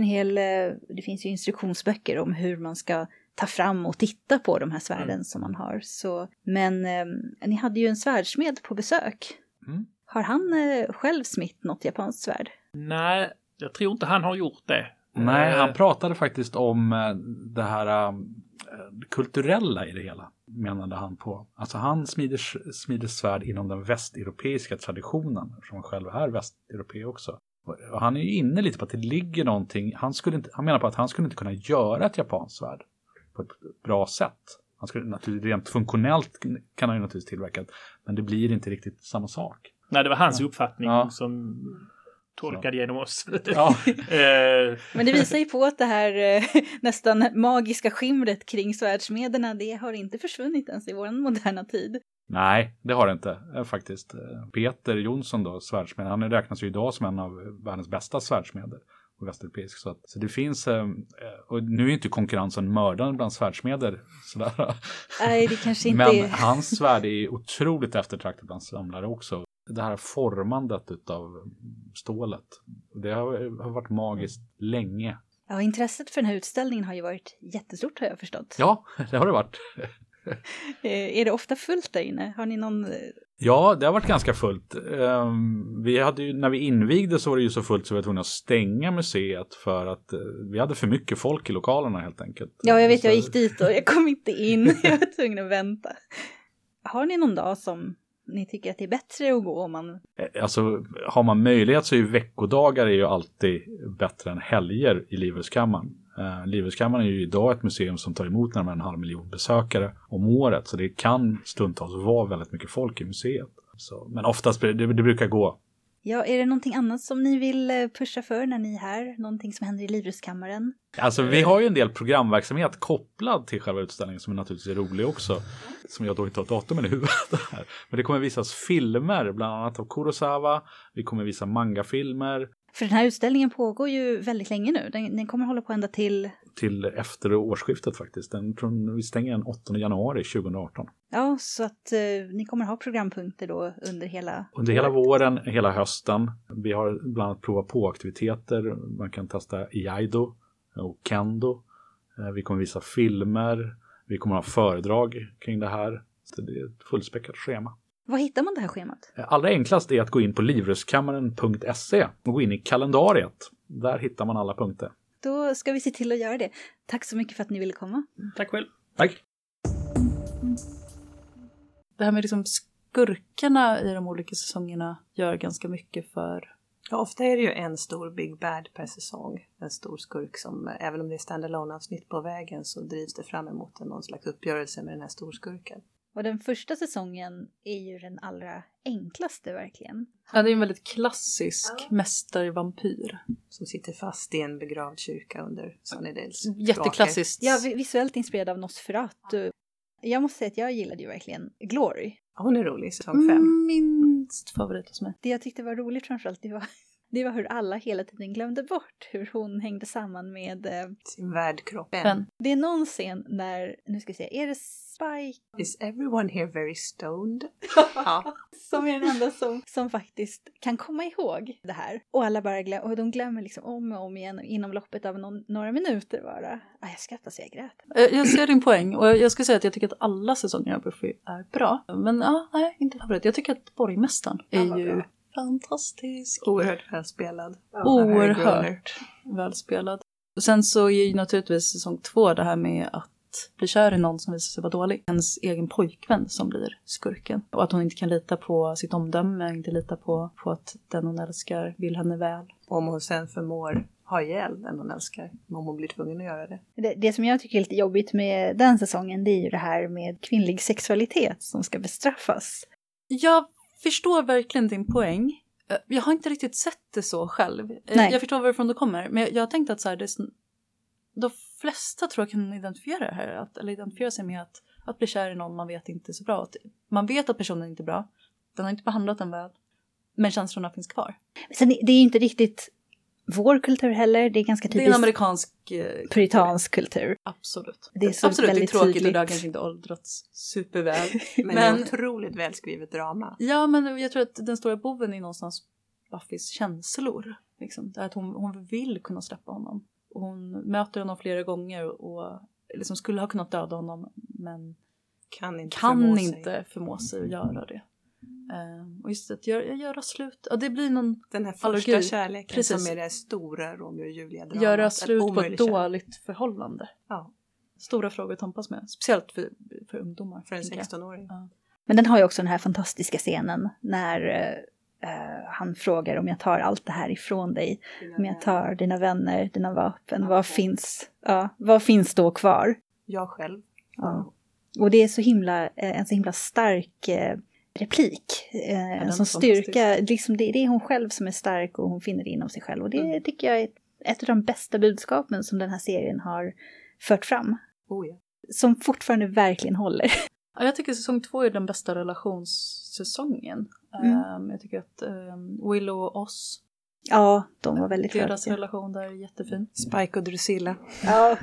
ju instruktionsböcker om hur man ska ta fram och titta på de här svärden som man har. Men ni hade ju en svärdsmed på besök. Har han själv smitt något japanskt svärd? Nej, jag tror inte han har gjort det. Nej, han pratade faktiskt om det här kulturella i det hela, menade han på. Alltså han smider svärd inom den västeuropeiska traditionen, som själv är västeuropé också. Och han är ju inne lite på att det ligger någonting. Han menar på att han skulle inte kunna göra ett japanskt svärd på ett bra sätt. Han skulle naturligtvis rent funktionellt kan han ju naturligtvis tillverka, men det blir inte riktigt samma sak. Nej, det var hans uppfattning som tolkade genom oss. Ja. Men det visar ju på att det här nästan magiska skimret kring svärdsmederna, det har inte försvunnit ens i vår moderna tid. Nej, det har det inte faktiskt. Peter Jonsson då, svärdsmed, han räknas ju idag som en av världens bästa svärdsmeder på västeuropeisk. Så det finns, och nu är inte konkurrensen mördande bland svärdsmeder sådär. Nej, det kanske inte Men är. hans svärd är otroligt eftertraktat bland samlare också. Det här formandet utav stålet, det har varit magiskt länge. Ja, intresset för den här utställningen har ju varit jättestort, har jag förstått. Ja, det har det varit. Är det ofta fullt där inne? Har ni någon... Ja, det har varit ganska fullt. Vi hade ju, när vi invigde så var det ju så fullt så vi var tvungna att stänga museet för att vi hade för mycket folk i lokalerna helt enkelt. Ja, jag vet, jag gick dit och jag kom inte in. Jag var tvungen att vänta. Har ni någon dag som ni tycker att det är bättre att gå om man... Alltså, har man möjlighet så är ju veckodagar är ju alltid bättre än helger i Livrustkammaren. Livrustkammaren är ju idag ett museum som tar emot närmare 500 000 besökare om året. Så det kan stundtals vara väldigt mycket folk i museet. Så, men oftast det brukar gå. Ja, är det någonting annat som ni vill pusha för när ni är här? Någonting som händer i Livrustkammaren? Alltså vi har ju en del programverksamhet kopplad till själva utställningen som är naturligtvis rolig också. Som jag då inte har datumen i huvudet här. Men det kommer visas filmer, bland annat av Kurosawa. Vi kommer visa mangafilmer. För den här utställningen pågår ju väldigt länge nu. Den kommer hålla på ända till efter årsskiftet faktiskt. Vi stänger den 8 januari 2018. Ja, så att ni kommer ha programpunkter då under hela våren, hela hösten. Vi har bland annat prova på aktiviteter. Man kan testa iaido och kendo. Vi kommer visa filmer. Vi kommer ha föredrag kring det här. Så det är ett fullspäckat schema. Var hittar man det här schemat? Allra enklast är att gå in på livrustkammaren.se och gå in i kalendariet. Där hittar man alla punkter. Då ska vi se till att göra det. Tack så mycket för att ni ville komma. Tack själv. Tack. Det här med liksom skurkarna i de olika säsongerna gör ganska mycket för... Ja, ofta är det ju en stor Big Bad per säsong. En stor skurk som, även om det är standalone-avsnitt på vägen, så drivs det fram emot någon slags uppgörelse med den här storskurken. Och den första säsongen är ju den allra enklaste verkligen. Ja, det är en väldigt klassisk mästervampyr. Som sitter fast i en begravd kyrka under Sunnydales. Jätteklassiskt. Ja, visuellt inspirerad av Nosferatu. Jag måste säga att jag gillade ju verkligen Glory. Hon är rolig, säsong 5. Minst favorit hos mig. Det jag tyckte var roligt framförallt, det var hur alla hela tiden glömde bort hur hon hängde samman med sin värdkropp. Det är någon scen när, nu ska vi se, är det Spike? Is everyone here very stoned? Ja. Som är den enda som faktiskt kan komma ihåg det här. Och alla bara och de glömmer liksom om och om igen inom loppet av några minuter bara. Jag skrattar så jag grät. Jag ser din poäng och jag ska säga att jag tycker att alla säsonger av Buffy är bra. Men nej, inte favorit. Jag tycker att Borgmästaren är ju fantastisk. Oerhört välspelad. Oerhört välspelad. Och sen så är ju naturligtvis säsong 2 det här med att bli kär i någon som visar sig vara dålig. Ens egen pojkvän som blir skurken. Och att hon inte kan lita på sitt omdöme, inte lita på att den hon älskar vill henne väl. Om hon sen förmår ha ihjäl den hon älskar, om hon blir tvungen att göra det. Det som jag tycker är lite jobbigt med den säsongen, det är ju det här med kvinnlig sexualitet som ska bestraffas. Jag förstår verkligen din poäng. Jag har inte riktigt sett det så själv. Nej. Jag förstår varifrån det kommer. Men jag har tänkt att så här, de flesta tror jag kan identifiera det här. Eller identifiera sig med att bli kär i någon man vet inte är så bra. Man vet att personen inte är bra. Den har inte behandlat den väl. Men känslorna finns kvar. Sen det är ju inte riktigt vår kultur heller. Det är ganska typiskt. Det är en amerikansk puritansk kultur. Absolut. Det är så absolut, det är tråkigt tydligt. och det har kanske inte åldrats superväl. Men det är otroligt välskrivet drama. Ja, men jag tror att den stora boven är någonstans Buffys känslor. Liksom. Det är att hon vill kunna släppa honom. Och hon möter honom flera gånger och liksom skulle ha kunnat döda honom, men kan inte förmå sig att göra det. Och just att göra slut. Ja, det blir någon den här första allergi. kärleken. Precis. Som är det stora Romeo och Julia-dramat. Göra slut på ett dåligt förhållande. Ja. Stora frågor att tampas med. Speciellt för ungdomar. För en 16-åring. Ja. Men den har ju också den här fantastiska scenen när Han frågar om jag tar allt det här ifrån dig. Om jag tar dina vänner, dina vapen. Vad finns då kvar? Jag själv. Ja. Och det är så en så himla stark replik. En sån styrka. Liksom det är hon själv som är stark och hon finner det inom sig själv. Och det tycker jag är ett av de bästa budskapen som den här serien har fört fram. Oh ja. Som fortfarande verkligen håller. Ja, jag tycker säsong 2 är den bästa relationssäsongen. Jag tycker att Willow och Oz. Ja, de var väldigt deras relation där är jättefin. Spike och Drusilla. Ja.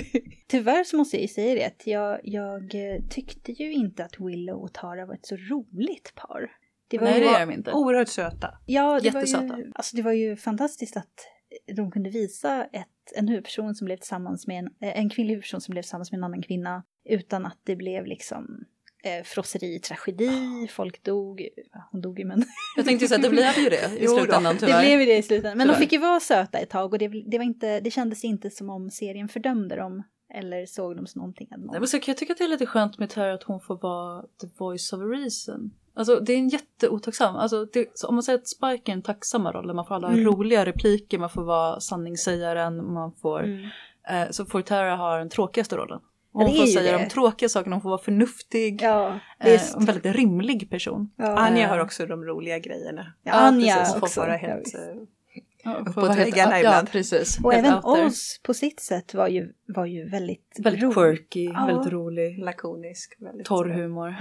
Tyvärr så måste jag ju säga det att jag tyckte ju inte att Willow och Tara var ett så roligt par. Det är de inte. Oerhört söta. Ja, jättesöta. Det var ju fantastiskt att de kunde visa en huvudperson som blev tillsammans med en kvinnlig huvudperson som blev tillsammans med en annan kvinna utan att det blev liksom frosseri, tragedi, folk dog. Hon dog ju, men... Jag tänkte så att det blev ju det i slutändan, tyvärr. Det blev ju det i slutändan. Men de fick ju vara söta ett tag och det kändes inte som om serien fördömde dem eller såg dem som någonting. Nej, men så jag tycker att det är lite skönt med Tara att hon får vara the voice of reason. Alltså det är en jätteotacksam. Alltså, om man säger att Spike är en tacksamma roll, man får alla roliga repliker, man får vara sanningssägaren, man får så får Tara ha den tråkigaste rollen. Hon får säga de tråkiga sakerna, hon får vara förnuftig. Ja, en väldigt rimlig person. Ja. Anja har också de roliga grejerna. Ja, Anja precis, också. Får vara helt uppåt väggarna ibland. Ja, precis. Och även Oz på sitt sätt var ju väldigt quirky, väldigt rolig. Lakonisk. Väldigt torr humor.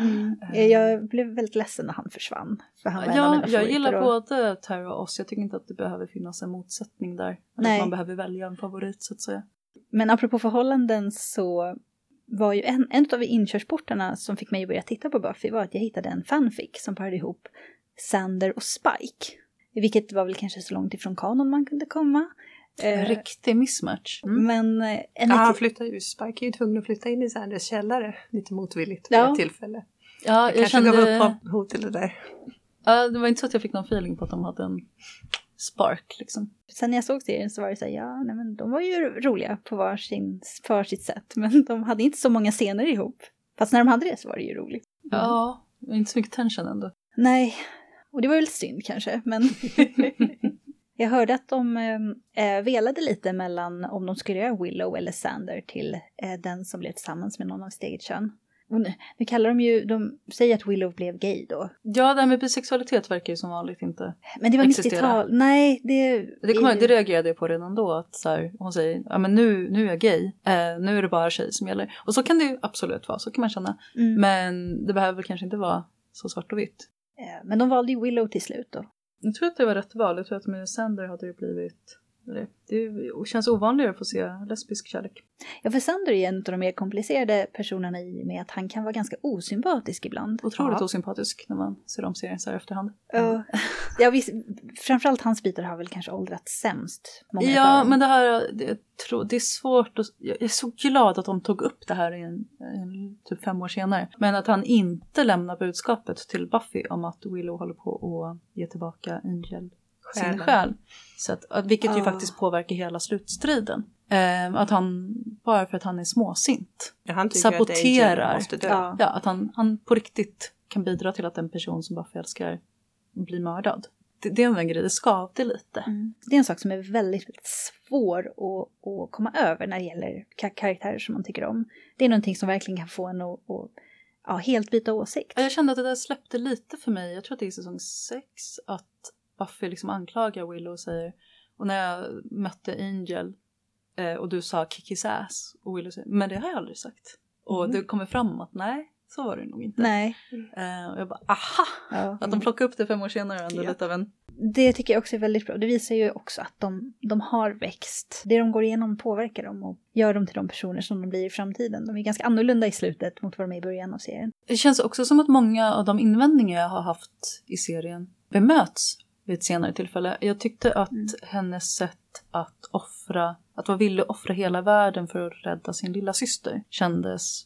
Jag blev väldigt ledsen när han försvann. För han var jag gillar både Tara och Oz. Jag tycker inte att det behöver finnas en motsättning där. Att man behöver välja en favorit så att säga. Men apropå förhållanden så var ju en av inkörsportarna som fick mig att börja titta på Buffy var att jag hittade en fanfic som parade ihop Xander och Spike. Vilket var väl kanske så långt ifrån kanon man kunde komma. En riktig mismatch. Men han flyttade ju. Spike är ju tvungen att flytta in i Xanders källare. Lite motvilligt vid ett tillfälle. Ja, jag kände... gav upp till det där. Ja, det var inte så att jag fick någon feeling på att de hade en spark liksom. Sen när jag såg serien så var det så här, men de var ju roliga på för sitt sätt. Men de hade inte så många scener ihop. Fast när de hade det så var det ju roligt. Ja, inte så mycket tension ändå. Nej, och det var väl synd kanske, men... Jag hörde att de velade lite mellan om de skulle göra Willow eller Xander till den som blev tillsammans med någon av sitt eget kön. Och nu kallar de säger att Willow blev gay då. Ja, det här med bisexualitet verkar ju som vanligt inte. Men det var 90-tal. Nej, det reagerade jag på redan då. Att så här, hon säger, ja men nu är jag gay. Nu är det bara tjej som gäller. Och så kan det ju absolut vara, så kan man känna. Men det behöver kanske inte vara så svart och vitt. Men de valde ju Willow till slut då. Jag tror att det var rätt val. Jag tror att med Xander hade det blivit... Det känns ovanligare att få se lesbisk kärlek. Ja, för Xander är en av de mer komplicerade personerna i med att han kan vara ganska osympatisk ibland. Otroligt osympatisk när man ser om serien så här efterhand. Ja, framförallt hans bitar har väl kanske åldrats sämst. Men det här, det är svårt. Jag är så glad att de tog upp det här typ 5 år senare. Men att han inte lämnar budskapet till Buffy om att Willow håller på att ge tillbaka Angel sin själ. Så att, vilket ju faktiskt påverkar hela slutstriden. Att han, bara för att han är småsint, han saboterar. Att, att han på riktigt kan bidra till att en person som Buffy älskar blir mördad. Det är en grej, det skavde lite. Det är en sak som är väldigt, väldigt svår att komma över när det gäller karaktärer som man tycker om. Det är någonting som verkligen kan få en att helt byta åsikt. Jag kände att det där släppte lite för mig. Jag tror att det är i säsong 6 att Buffy liksom anklagar Willow och säger, och när jag mötte Angel och du sa kick his ass och Willow säger, men det har jag aldrig sagt. Och det kommer fram att nej, så var det nog inte. Nej. Och jag bara, aha! Ja. Att de plockar upp det 5 år senare ändå lite av en... Det tycker jag också är väldigt bra. Det visar ju också att de har växt. Det de går igenom påverkar dem och gör dem till de personer som de blir i framtiden. De är ganska annorlunda i slutet mot vad de är i början av serien. Det känns också som att många av de invändningar jag har haft i serien bemöts vid ett senare tillfälle. Jag tyckte att hennes sätt att vara villig att offra hela världen för att rädda sin lilla syster kändes...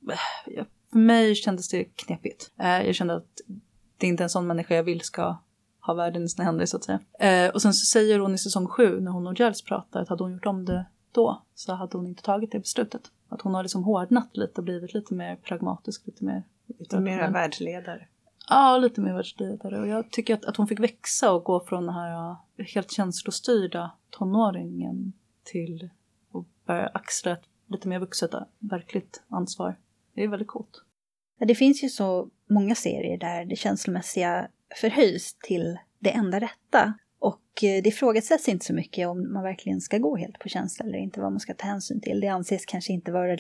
För mig kändes det knepigt. Jag kände att det är inte en sån människa jag vill ska ha världen i sina händer så att säga. Och sen så säger hon i säsong 7 när hon och Giles pratar att hade hon gjort om det då så hade hon inte tagit det beslutet. Att hon har liksom hårdnat lite och blivit lite mer pragmatisk, lite mer världsledare. Ja, lite mer världsligare. Och jag tycker att hon fick växa och gå från den här helt känslostyrda tonåringen till att börja axla ett lite mer vuxet, verkligt ansvar. Det är väldigt coolt. Det finns ju så många serier där det känslomässiga förhöjs till det enda rätta. Och det ifrågasätts inte så mycket om man verkligen ska gå helt på känsla eller inte, vad man ska ta hänsyn till. Det anses kanske inte vara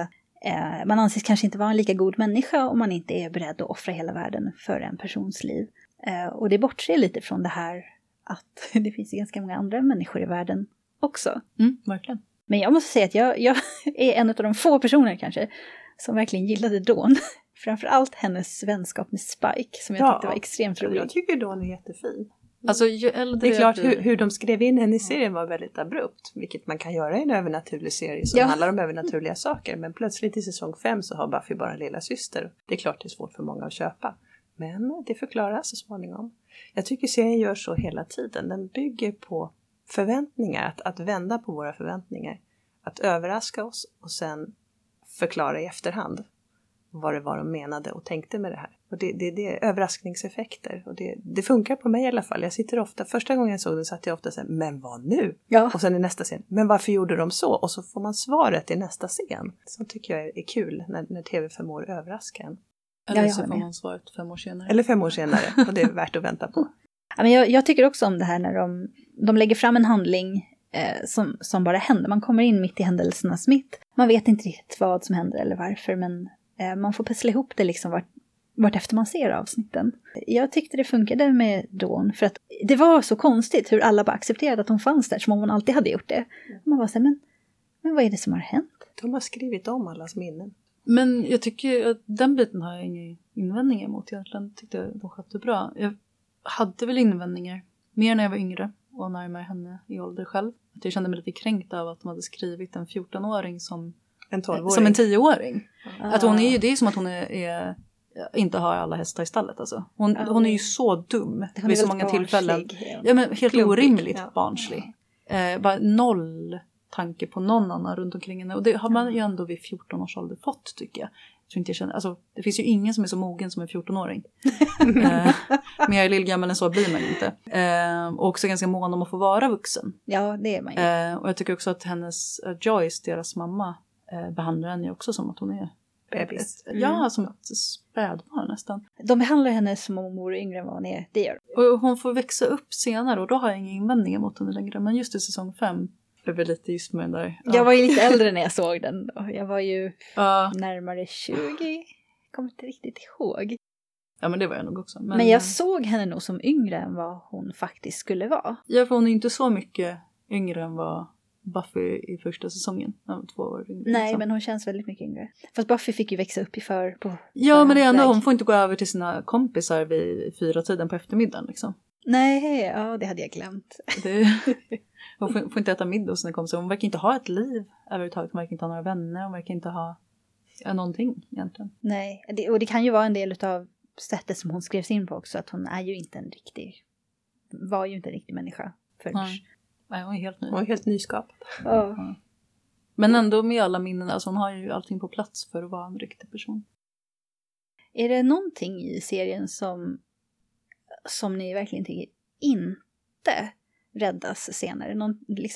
man anses kanske inte vara en lika god människa om man inte är beredd att offra hela världen för en persons liv. Och det bortser lite från det här att det finns ganska många andra människor i världen också. Verkligen. Men jag måste säga att jag är en av de få personer kanske som verkligen gillade Dawn. Framförallt hennes vänskap med Spike som jag tyckte var extremt rolig. Jag tycker Dawn är jättefin. Alltså, ju äldre det är klart hur de skrev in henne i serien var väldigt abrupt. Vilket man kan göra i en övernaturlig serie som handlar om övernaturliga saker. Men plötsligt i säsong 5 så har Buffy bara en lilla syster. Det är klart det är svårt för många att köpa. Men det förklaras så småningom. Jag tycker serien gör så hela tiden. Den bygger på förväntningar. Att vända på våra förväntningar. Att överraska oss och sen förklara i efterhand vad det var de menade och tänkte med det här. Och det är överraskningseffekter. Och det funkar på mig i alla fall. Jag sitter ofta, första gången jag såg den satt jag ofta så här, men vad nu? Ja. Och sen i nästa scen, men varför gjorde de så? Och så får man svaret i nästa scen. Så tycker jag är kul när tv förmår överraska en. Eller så får man svaret 5 år senare. Eller 5 år senare, och det är värt att vänta på. Ja, men jag tycker också om det här när de lägger fram en handling som bara händer. Man kommer in mitt i händelsernas mitt. Man vet inte riktigt vad som händer eller varför, men man får pussla ihop det liksom vart efter man ser avsnitten. Jag tyckte det funkade med Dawn för att det var så konstigt hur alla bara accepterade att hon fanns där som om hon alltid hade gjort det. Man var så här, men vad är det som har hänt? De har skrivit om allas minnen. Men jag tycker att den biten har jag inga invändningar emot egentligen. Tyckte de skötte bra. Jag hade väl invändningar mer när jag var yngre och närmare henne i ålder själv. Att jag kände mig lite kränkt av att de hade skrivit en 14-åring som en 12-åring. Som en 10-åring. Att hon är ju, det är som att hon är inte har alla hästar i stallet alltså. Hon är ju så dum vid så många tillfällen. Ja, men helt orimligt barnslig. Bara noll tanke på någon annan runt omkring henne. Och det har man ju ändå vid 14 års ålder fått, tycker jag. Jag tror inte jag känner, alltså, det finns ju ingen som är så mogen som en 14-åring. Mer lillgammal än så blir man inte. Och också ganska mån om att få vara vuxen. Ja, det är man ju. Och jag tycker också att hennes Joyce, deras mamma, behandlar henne också som att hon är bebis. Ja, som ett spädbarn nästan. De behandlar henne som om hon vore yngre än vad hon är. Det gör de. Och hon får växa upp senare och då har jag inga invändningar mot henne längre. Men just i säsong 5 blev det lite just med den där. Jag var ju lite äldre när jag såg den då. Jag var ju närmare 20. Kommer inte riktigt ihåg. Ja, men det var jag nog också. Men jag såg henne nog som yngre än vad hon faktiskt skulle vara. Ja, för hon är inte så mycket yngre än vad Buffy i första säsongen. 2 år yngre. Nej, men hon känns väldigt mycket yngre. Fast Buffy fick ju växa upp Ja, men det är ändå, hon får inte gå över till sina kompisar vid 4-tiden på eftermiddagen liksom. Nej, ja, det hade jag glömt. Hon får inte äta middag hos sina kompisar. Hon verkar inte ha ett liv överhuvudtaget. Hon verkar inte ha några vänner. Hon verkar inte ha någonting egentligen. Nej, och det kan ju vara en del av sättet som hon skrevs in på också. Att hon är ju inte var ju inte en riktig människa förrän. Nej, hon är helt ny. Hon är helt nyskapad. Ja. Men ändå med alla minnen, alltså hon har ju allting på plats för att vara en riktig person. Är det någonting i serien som ni verkligen tycker inte räddas senare?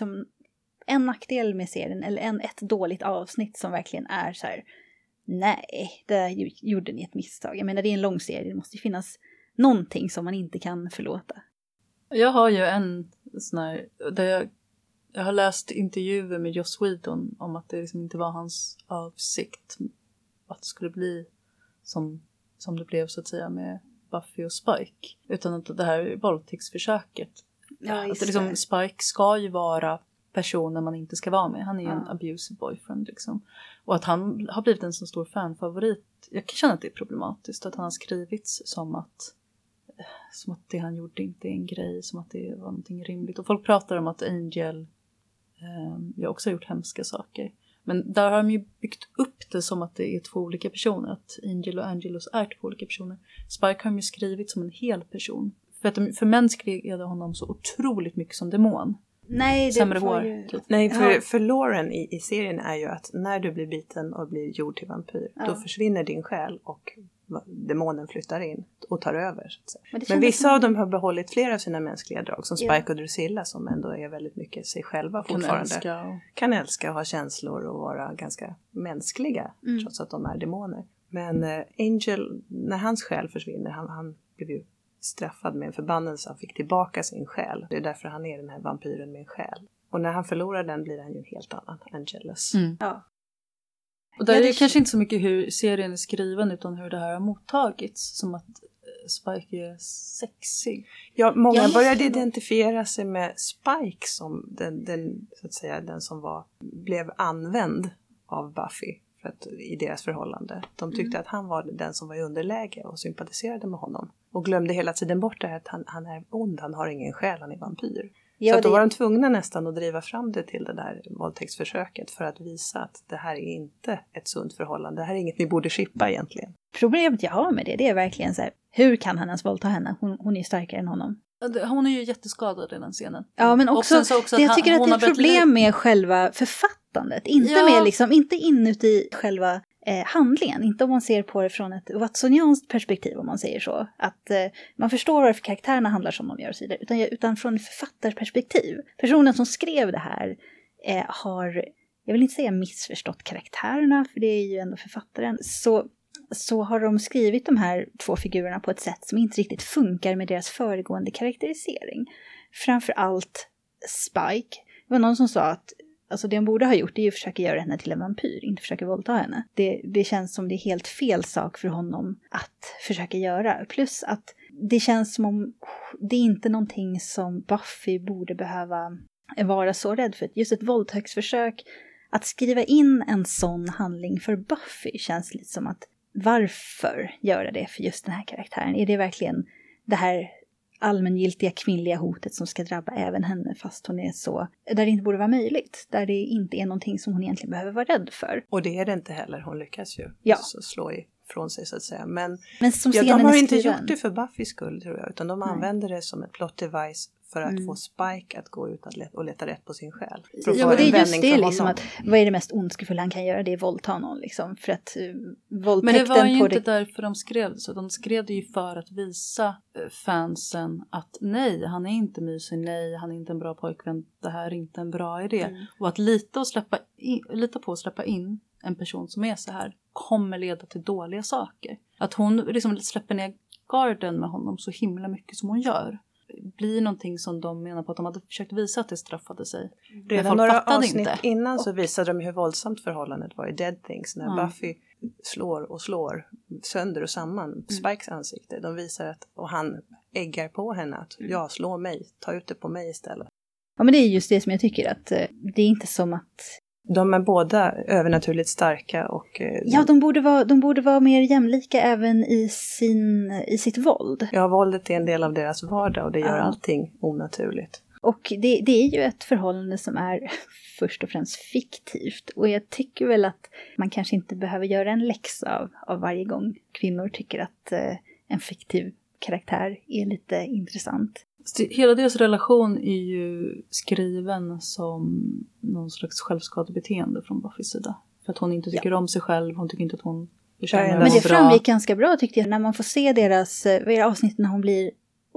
En nackdel med serien eller ett dåligt avsnitt som verkligen är så här: nej, där gjorde ni ett misstag. Jag menar, det är en lång serie, det måste ju finnas någonting som man inte kan förlåta. Jag har ju en sån här, där jag har läst intervjuer med Joss Whedon om att det liksom inte var hans avsikt att det skulle bli som det blev så att säga med Buffy och Spike. Utan att det här våldtäktsförsöket. Ja, att det liksom, Spike ska ju vara personen man inte ska vara med. Han är ju en abusive boyfriend liksom. Och att han har blivit en så stor fanfavorit. Jag kan känna att det är problematiskt att han har skrivits som att det han gjorde inte är en grej, som att det var någonting rimligt. Och folk pratar om att Angel jag också har gjort hemska saker. Men där har de ju byggt upp det som att det är 2 olika personer. Att Angel och Angelus är 2 olika personer. Spike har de ju skrivit som en hel person. För att de förmänskligade honom så otroligt mycket som demon. Nej, sämre hår. Typ. Nej, för Lauren i serien är ju att när du blir biten och blir gjord till vampyr, då försvinner din själ och demonen flyttar in och tar över. Så att säga. Men vissa av dem har behållit flera av sina mänskliga drag, som Spike och Drusilla, som ändå är väldigt mycket sig själva fortfarande. Kan älska och ha känslor och vara ganska mänskliga, trots att de är demoner. Men Angel, när hans själ försvinner, han blev ju straffad med en förbannelse. Han fick tillbaka sin själ. Det är därför han är den här vampyren med en själ. Och när han förlorar den blir han ju en helt annan, Angelus. Ja. Och där är det kanske inte så mycket hur serien är skriven, utan hur det här har mottagits. Som att Spike är sexig. Ja, många började identifiera sig med Spike som den så att säga, den som blev använd av Buffy i deras förhållande. De tyckte att han var den som var i underläge och sympatiserade med honom. Och glömde hela tiden bort det här att han är ond, han har ingen själ, han är vampyr. Ja, så att då var de tvungna nästan att driva fram det till det där våldtäktsförsöket för att visa att det här är inte ett sunt förhållande. Det här är inget vi borde skippa egentligen. Problemet jag har med det är verkligen så här, hur kan han ens våldta henne? Hon är starkare än honom. Hon är ju jätteskadad i den scenen. Ja, men också jag tycker att det är ett problem med själva författandet. Inte inuti själva handlingen. Inte om man ser på det från ett watsonianskt perspektiv, om man säger så. Att man förstår varför karaktärerna handlar som de gör och så vidare. Utan från ett författarperspektiv. Personen som skrev det här har, jag vill inte säga missförstått karaktärerna, för det är ju ändå författaren. Så har de skrivit de här två figurerna på ett sätt som inte riktigt funkar med deras föregående karaktärisering. Framförallt Spike. Det var någon som sa att alltså det hon borde ha gjort är ju att försöka göra henne till en vampyr, inte försöka våldta henne. Det känns som det är helt fel sak för honom att försöka göra. Plus att det känns som om det är inte någonting som Buffy borde behöva vara så rädd för. Just ett våldtäktsförsök, att skriva in en sån handling för Buffy känns lite som att varför göra det för just den här karaktären? Är det verkligen det här allmängiltiga kvinnliga hotet som ska drabba även henne, fast hon är så, där det inte borde vara möjligt, där det inte är någonting som hon egentligen behöver vara rädd för. Och det är det inte heller, hon lyckas ju slå ifrån sig så att säga. Men som de har inte gjort det för Buffys skull, tror jag, utan de använder det som ett plot device för att få Spike att gå ut och leta rätt på sin själ. Ja, och det är just det liksom, att vad är det mest ondskefulla han kan göra? Det är våldta någon liksom, för att våldtäkten. Men det var ju inte därför de skrev så. De skrev det ju för att visa fansen att nej, han är inte mysig, nej, han är inte en bra pojkvän, det här är inte en bra idé. Och att lita på att släppa in en person som är så här kommer leda till dåliga saker. Att hon liksom släpper ner garden med honom så himla mycket som hon gör blir någonting som de menar på att de hade försökt visa att det straffade sig. Redan några avsnitt innan så visade de hur våldsamt förhållandet var i Dead Things. När Buffy slår sönder och samman Spikes ansikte. De visar att, och han äggar på henne att slå mig, ta ut det på mig istället. Ja, men det är just det som jag tycker, att det är inte som att de är båda övernaturligt starka och... Ja, de borde vara mer jämlika även i sitt våld. Ja, våldet är en del av deras vardag och det gör allting onaturligt. Och det är ju ett förhållande som är först och främst fiktivt. Och jag tycker väl att man kanske inte behöver göra en läxa av varje gång kvinnor tycker att en fiktiv karaktär är lite intressant. Hela deras relation är ju skriven som någon slags självskadebeteende från Buffys sida. För att hon inte tycker om sig själv, hon tycker inte att hon förtjänar Men det framgick ganska bra tyckte jag, när man får se deras avsnitt när hon blir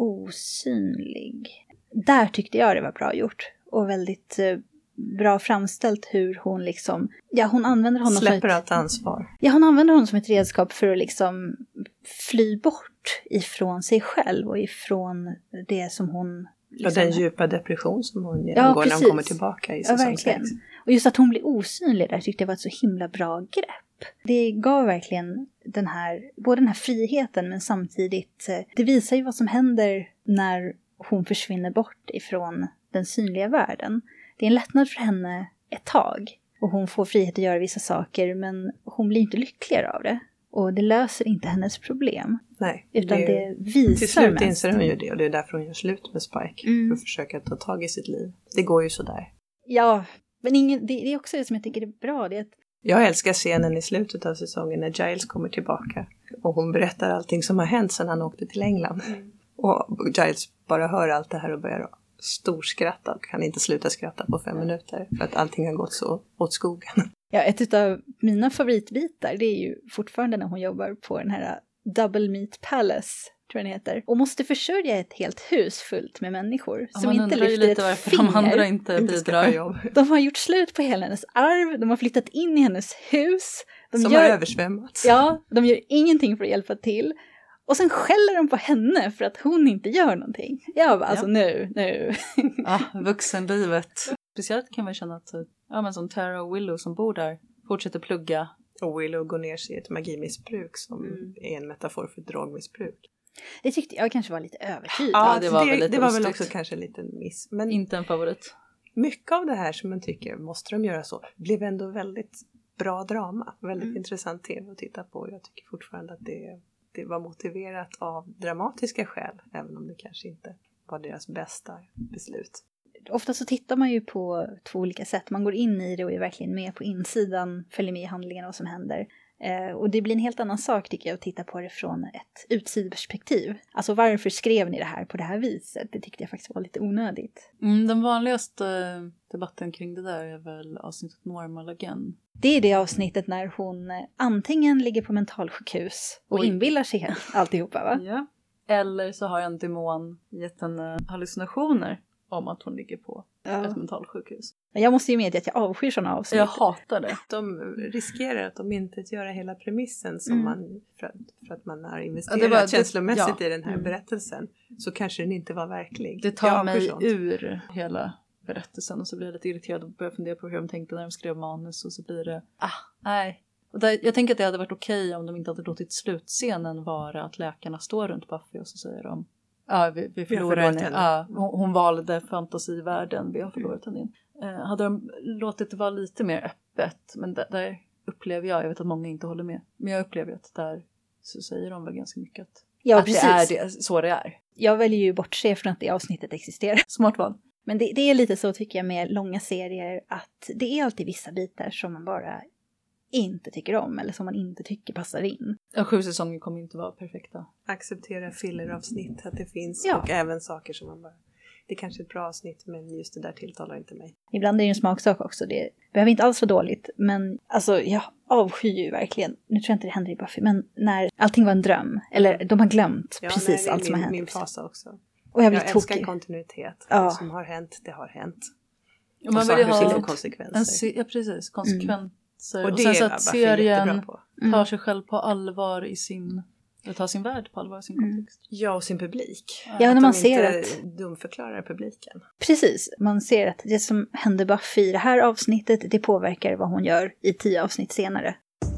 osynlig. Där tyckte jag det var bra gjort. Och väldigt bra framställt hur hon liksom... Ja, hon använder honom släpper allt ansvar. Ja, hon använder honom som ett redskap för att liksom fly bort ifrån sig själv och ifrån det som hon... Liksom, den djupa depression som hon genomgår när hon kommer tillbaka i säsong 6. Och just att hon blir osynlig där tyckte jag var ett så himla bra grepp. Det gav verkligen både den här friheten, men samtidigt, det visar ju vad som händer när hon försvinner bort ifrån den synliga världen. Det är en lättnad för henne ett tag. Och hon får frihet att göra vissa saker, men hon blir inte lyckligare av det. Och det löser inte hennes problem. Nej. Utan det visar till slut inser hon ju det, och det är därför hon gör slut med Spike. För att försöka ta tag i sitt liv. Det går ju sådär. Ja, men det är också det som jag tycker är bra. Det är att... Jag älskar scenen i slutet av säsongen när Giles kommer tillbaka. Och hon berättar allting som har hänt sedan han åkte till England. Och Giles bara hör allt det här och börjar storskratta och kan inte sluta skratta på 5 minuter för att allting har gått så åt skogen. Ja, ett av mina favoritbitar, det är ju fortfarande när hon jobbar på den här Double Meat Palace, tror jag den heter. Och måste försörja ett helt hus fullt med människor som inte lyfter ett varför finger. De andra inte bidrar. De har gjort slut på hela hennes arv, de har flyttat in i hennes hus. Som har översvämmats. Ja, de gör ingenting för att hjälpa till. Och sen skäller de på henne för att hon inte gör någonting. Jag bara, alltså nu. Ja, vuxenlivet. Speciellt kan man känna att, men som Tara och Willow som bor där fortsätter plugga. Och Willow går ner sig i ett magimissbruk som är en metafor för drogmissbruk. Det tyckte jag kanske var lite överdrivet. Ja, det var väl också kanske en liten miss. Men inte en favorit. Mycket av det här som man tycker måste de göra så blev ändå väldigt bra drama. Väldigt intressant tv att titta på. Jag tycker fortfarande att det var motiverat av dramatiska skäl. Även om det kanske inte var deras bästa beslut. Ofta så tittar man ju på 2 olika sätt. Man går in i det och är verkligen med på insidan, följer med i handlingen och vad som händer. Och det blir en helt annan sak tycker jag att titta på det från ett utsidoperspektiv. Alltså varför skrev ni det här på det här viset? Det tyckte jag faktiskt var lite onödigt. Den vanligaste debatten kring det där är väl avsnittet Normal Again. Det är det avsnittet när hon antingen ligger på mentalsjukhus och inbillar sig helt alltihopa, va? Ja. Eller så har en demon gett henne hallucinationer om att hon ligger på ett mentalsjukhus. Jag måste ju medge att jag avskyr sådana avsnitt. Jag hatar det. De riskerar att de inte göra hela premissen som man för att man har investerat känslomässigt i den här berättelsen. Så kanske den inte var verklig. Det tar mig ur hela berättelsen och så blir jag lite irriterad och börjar fundera på hur de tänkte när de skrev manus och så blir det, nej. Och jag tänker att det hade varit okej om de inte hade låtit slutscenen vara att läkarna står runt Buffy och så säger de vi förlorar henne. Hon valde fantasivärlden, vi har förlorat henne. Hade de låtit det vara lite mer öppet, men där upplever jag vet att många inte håller med, men jag upplever att där så säger de väl ganska mycket att det är så det är. Jag väljer ju bortse från att det avsnittet existerar. Smart val. Men det är lite så tycker jag med långa serier att det är alltid vissa bitar som man bara inte tycker om eller som man inte tycker passar in. 7 säsonger kommer inte vara perfekta. Acceptera filleravsnitt att det finns och även saker som man bara... Det är kanske ett bra avsnitt men just det där tilltalar inte mig. Ibland är det en smaksak också. Det behöver inte alls vara dåligt. Men alltså jag avskyr ju verkligen. Nu tror jag inte det händer i Buffy. Men när allting var en dröm. Eller de har glömt precis allt som har hänt. Min fasa också. Och jag älskar kontinuitet. Det som har hänt, det har hänt. Och man vill ha konsekvenser. Precis, konsekvenser. Och det sen så att serien tar sig själv på allvar i sin... tar sin värld på allvar i sin kontext. Ja, och sin publik. Ja, när man ser att de förklarar publiken. Precis, man ser att det som händer Buffy i det här avsnittet, det påverkar vad hon gör i 10 avsnitt senare.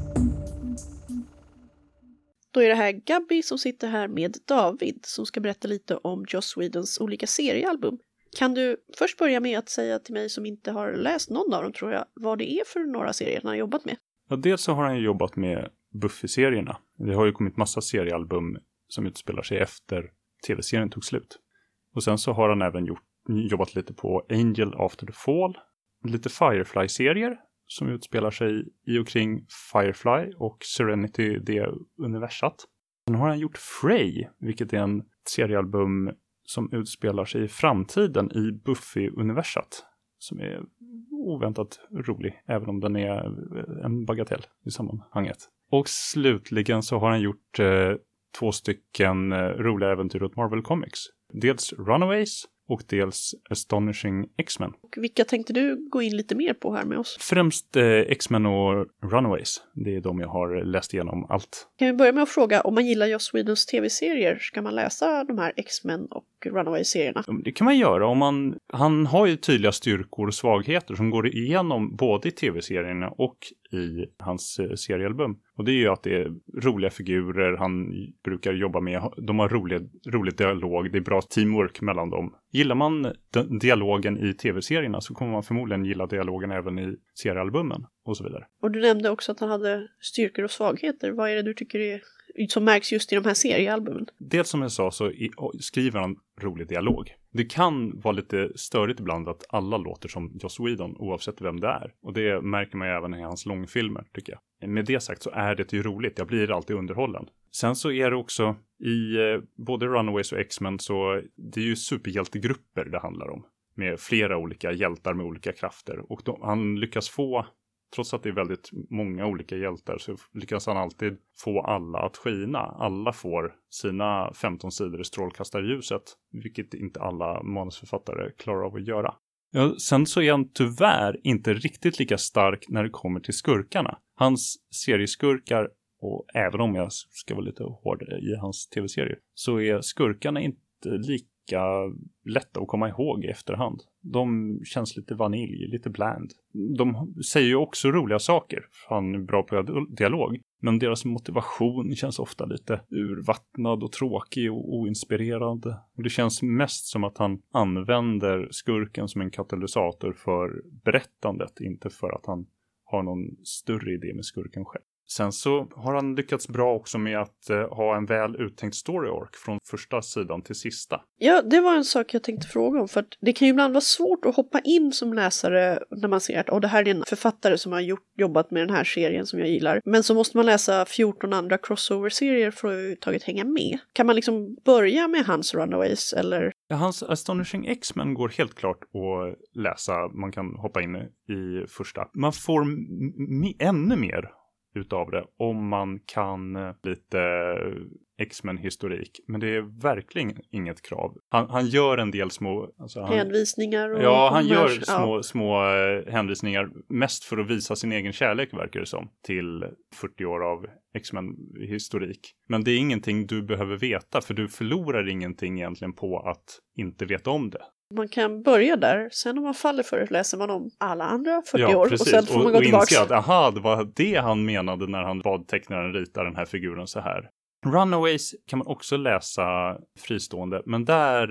Då är det här Gabby som sitter här med David som ska berätta lite om Joss Whedons olika seriealbum. Kan du först börja med att säga till mig som inte har läst någon av dem, tror jag, vad det är för några serier han har jobbat med? Ja, dels så har han jobbat med Buffy-serierna. Det har ju kommit massa seriealbum som utspelar sig efter tv-serien tog slut. Och sen så har han även jobbat lite på Angel After the Fall. Lite Firefly-serier som utspelar sig i och kring Firefly och Serenity, det universat. Sen har han gjort Frey, vilket är en seriealbum som utspelar sig i framtiden i Buffy-universat. Som är oväntat rolig, även om den är en bagatell i sammanhanget. Och slutligen så har han gjort 2 stycken roliga äventyr åt Marvel Comics. Dels Runaways och dels Astonishing X-Men. Och vilka tänkte du gå in lite mer på här med oss? Främst X-Men och Runaways. Det är de jag har läst igenom allt. Kan vi börja med att fråga, om man gillar Joss Whedons tv-serier, ska man läsa de här X-Men och Runaways-serierna? Det kan man göra. Han har ju tydliga styrkor och svagheter som går igenom både i tv-serierna och i hans seriealbum. Och det är ju att det är roliga figurer han brukar jobba med. De har rolig dialog. Det är bra teamwork mellan dem. Gillar man dialogen i tv-serierna så kommer man förmodligen gilla dialogen även i seriealbumen och så vidare. Och du nämnde också att han hade styrkor och svagheter. Vad är det du tycker är som märks just i de här seriealbumen? Dels som jag sa så skriver han rolig dialog. Det kan vara lite störigt ibland att alla låter som Joss Whedon oavsett vem det är. Och det märker man ju även i hans långfilmer tycker jag. Med det sagt så är det ju roligt. Jag blir alltid underhållen. Sen så är det också i både Runaways och X-Men så det är ju superhjältegrupper det handlar om. Med flera olika hjältar med olika krafter. Och han lyckas få Trots att det är väldigt många olika hjältar så lyckas han alltid få alla att skina. Alla får sina 15 sidor i strålkastarljuset, vilket inte alla manusförfattare klarar av att göra. Ja, sen så är han tyvärr inte riktigt lika stark när det kommer till skurkarna. Hans serieskurkar, och även om jag ska vara lite hård i hans tv-serier, så är skurkarna inte lika lätta att komma ihåg i efterhand. De känns lite vanilj, lite bland. De säger ju också roliga saker. Han är bra på dialog. Men deras motivation känns ofta lite urvattnad och tråkig och oinspirerad. Det känns mest som att han använder skurken som en katalysator för berättandet, inte för att han har någon större idé med skurken själv. Sen så har han lyckats bra också med att ha en väl uttänkt story arc från första sidan till sista. Ja, det var en sak jag tänkte fråga om. För att det kan ju ibland vara svårt att hoppa in som läsare när man ser att det här är en författare som har jobbat med den här serien som jag gillar. Men så måste man läsa 14 andra crossover-serier för att överhuvudtaget hänga med. Kan man liksom börja med hans Runaways eller? Ja, hans Astonishing X-Men går helt klart att läsa. Man kan hoppa in i första. Man får ännu mer utav det om man kan lite X-Men-historik. Men det är verkligen inget krav. Han gör en del små hänvisningar. Och ja, han gör små hänvisningar mest för att visa sin egen kärlek, verkar det som, till 40 år av X-Men-historik. Men det är ingenting du behöver veta, för du förlorar ingenting egentligen på att inte veta om det. Man kan börja där, sen om man faller för det läser man om alla andra 40 år precis. Och sen får man gå tillbaka. Och inse att det var det han menade när han bad tecknaren rita den här figuren så här. Runaways kan man också läsa fristående, men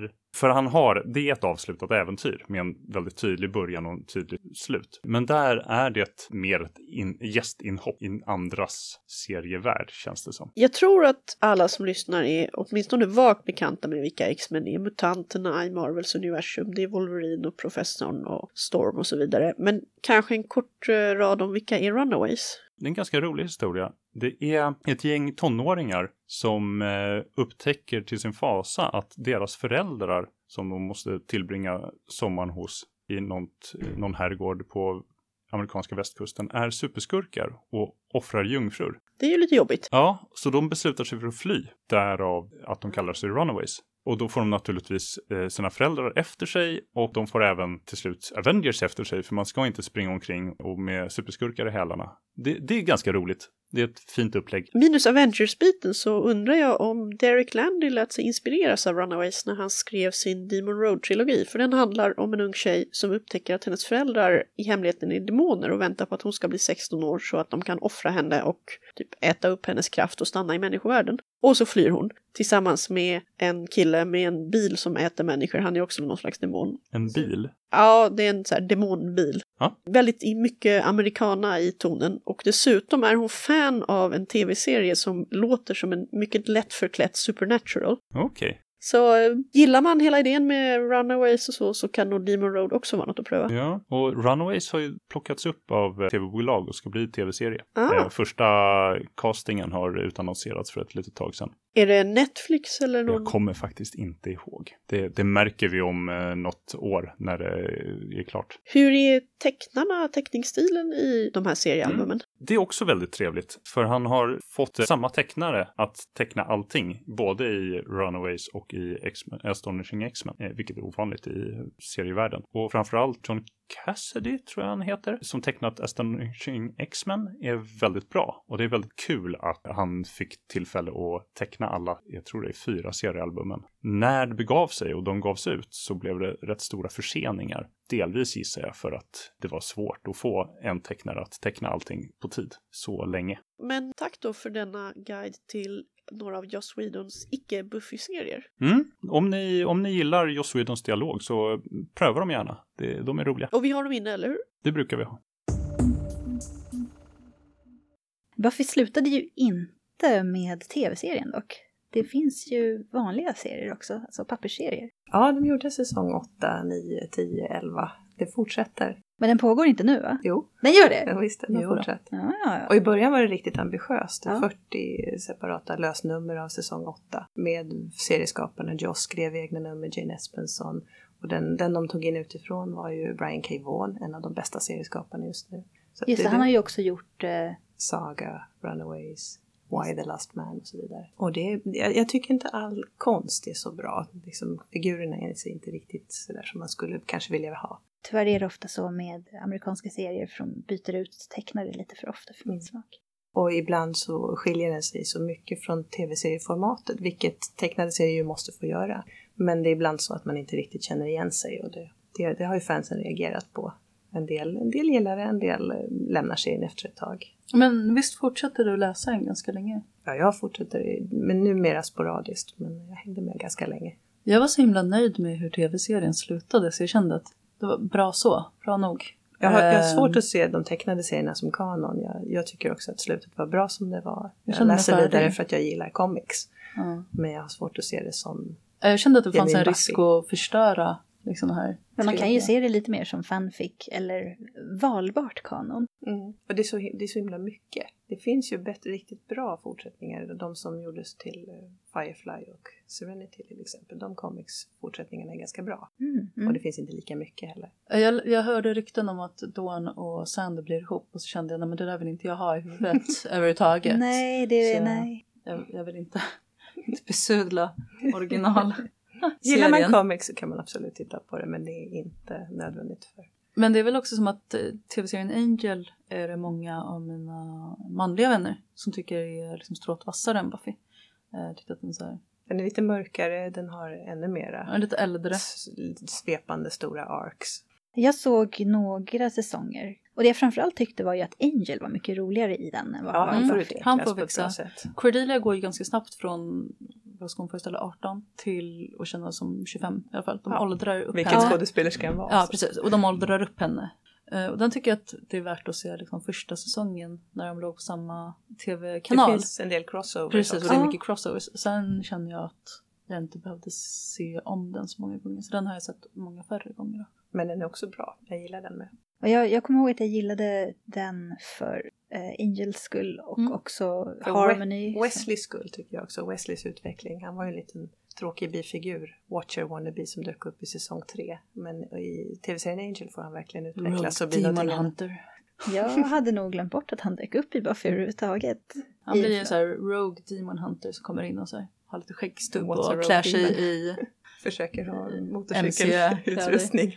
det är ett avslutat äventyr med en väldigt tydlig början och en tydlig slut. Men där är det mer ett gästinhopp i andras serievärld, känns det som. Jag tror att alla som lyssnar är åtminstone vagt bekanta med vilka X-Men är. Mutanterna i Marvels universum, det är Wolverine och Professorn och Storm och så vidare. Men kanske en kort rad om vilka är Runaways? Det är en ganska rolig historia. Det är ett gäng tonåringar som upptäcker till sin fasa att deras föräldrar, som de måste tillbringa sommaren hos i någon herrgård på amerikanska västkusten, är superskurkar och offrar jungfrur. Det är ju lite jobbigt. Ja, så de beslutar sig för att fly. Därav att de kallar sig Runaways. Och då får de naturligtvis sina föräldrar efter sig, och de får även till slut Avengers efter sig, för man ska inte springa omkring och med superskurkar i hälarna. Det är ganska roligt. Det är ett fint upplägg. Minus Avengers-biten så undrar jag om Derek Landy lät sig inspireras av Runaways när han skrev sin Demon Road-trilogi. För den handlar om en ung tjej som upptäcker att hennes föräldrar i hemligheten är demoner och väntar på att hon ska bli 16 år så att de kan offra henne och typ äta upp hennes kraft och stanna i människovärlden. Och så flyr hon tillsammans med en kille med en bil som äter människor. Han är också någon slags demon. En bil? Ja, det är en så här demonbil. Ja. Väldigt mycket americana i tonen. Och dessutom är hon fan av en tv-serie som låter som en mycket lätt förklätt Supernatural. Okej. Så gillar man hela idén med Runaways och så kan nog Demon Road också vara något att pröva. Ja, och Runaways har ju plockats upp av TV-bolag och ska bli tv-serie. Första castingen har utannonserats för ett litet tag sedan. Är det Netflix eller någon? Jag kommer faktiskt inte ihåg. Det märker vi om något år när det är klart. Hur är teckningsstilen i de här seriealbumen? Det är också väldigt trevligt. För han har fått samma tecknare att teckna allting. Både i Runaways och i Astonishing X-Men. Vilket är ovanligt i serievärlden. Och framförallt John Cassidy, tror jag han heter, som tecknat Astonishing X-Men, är väldigt bra. Och det är väldigt kul att han fick tillfälle att teckna alla, jag tror det är 4 seriealbumen. När det begav sig och de gavs ut så blev det rätt stora förseningar. Delvis gissar jag för att det var svårt att få en tecknare att teckna allting på tid så länge. Men tack då för denna guide till några av Joss Whedons icke-Buffy-serier. Om ni gillar Joss Whedons dialog så pröva dem gärna. De är roliga. Och vi har dem inne, eller hur? Det brukar vi ha. Buffy slutade ju inte med tv-serien dock. Det finns ju vanliga serier också, alltså pappersserier. Ja, de gjorde säsong 8, 9, 10, 11. Det fortsätter. Men den pågår inte nu, va? Jo. Den gör det? Ja, visst, den fortsätter. Ja. Och i början var det riktigt ambitiöst. Ja. 40 separata lösnummer av säsong 8. Med serieskaparna Joss skrev egna nummer, Jane Espenson. Och den de tog in utifrån var ju Brian K. Vaughan, en av de bästa serieskaparna just nu. Så Just det, han har ju också gjort... Saga, Runaways, Why the Last Man och så vidare. Och jag tycker inte all konst är så bra. Liksom, figurerna är inte riktigt så där som man skulle kanske vilja ha. Tyvärr är det ofta så med amerikanska serier som byter ut tecknare lite för ofta för min smak. Och ibland så skiljer den sig så mycket från tv-serieformatet, vilket tecknade serier måste få göra. Men det är ibland så att man inte riktigt känner igen sig, och det har ju fansen reagerat på. En del gillar det, en del lämnar sig in efter ett tag. Men visst fortsätter du läsa en ganska länge? Ja, jag fortsätter, men numera sporadiskt, men jag hängde med ganska länge. Jag var så himla nöjd med hur tv-serien slutade, så jag kände att det var bra nog. Jag har svårt att se de tecknade serierna som kanon. Jag tycker också att slutet var bra som det var. Jag läser vidare för att jag gillar comics. Men jag har svårt att se det som... Jag kände att det fanns en risk att förstöra liksom här. Men man kan ju se det lite mer som fanfic eller valbart kanon. Och det är så himla mycket. Det finns ju riktigt bra fortsättningar. De som gjordes till Firefly och Serenity till exempel. De comics-fortsättningarna är ganska bra. Och det finns inte lika mycket heller. Jag hörde rykten om att Dawn och Sander blir ihop. Och så kände jag, men det där vill inte jag ha i huvudet överhuvudtaget. Nej. Jag vill inte besudla original. Gillar man comics så kan man absolut titta på det, men det är inte nödvändigt för. Men det är väl också som att tv-serien Angel är det många av mina manliga vänner som tycker är liksom stråt vassare än Buffy. Tyckte att Den är lite mörkare, den har ännu mera lite äldre svepande stora arcs. Jag såg några säsonger. Och det jag framförallt tyckte var ju att Angel var mycket roligare i den än vad han får växa. Cordelia går ju ganska snabbt från, vad ska hon föreställa, 18 till att känna som 25 i alla fall. De åldrar upp vilket skådespelerskan var. Ja, precis. Och de åldrar upp henne. Och den tycker jag att det är värt att se liksom första säsongen när de låg på samma tv-kanal. Det finns en del crossovers. Precis, och det är mycket crossovers. Sen känner jag att jag inte behövde se om den så många gånger. Så den har jag sett många färre gånger då. Men den är också bra. Jag gillar den med. Och jag kommer ihåg att jag gillade den för Angels skull och också för Harmony. Wesleys skull tycker jag också. Wesleys utveckling. Han var ju en liten tråkig bifigur. Watcher wannabe som dök upp i säsong 3. Men i tv-serien Angel får han verkligen utvecklas. Rogue Demon Hunter. Jag hade nog glömt bort att han dök upp i Buffy överhuvudtaget. Han blir ju så här Rogue Demon Hunter som kommer in och så här, har lite skäggstubb och klär sig i... Försöker ha motorcykelutrustning.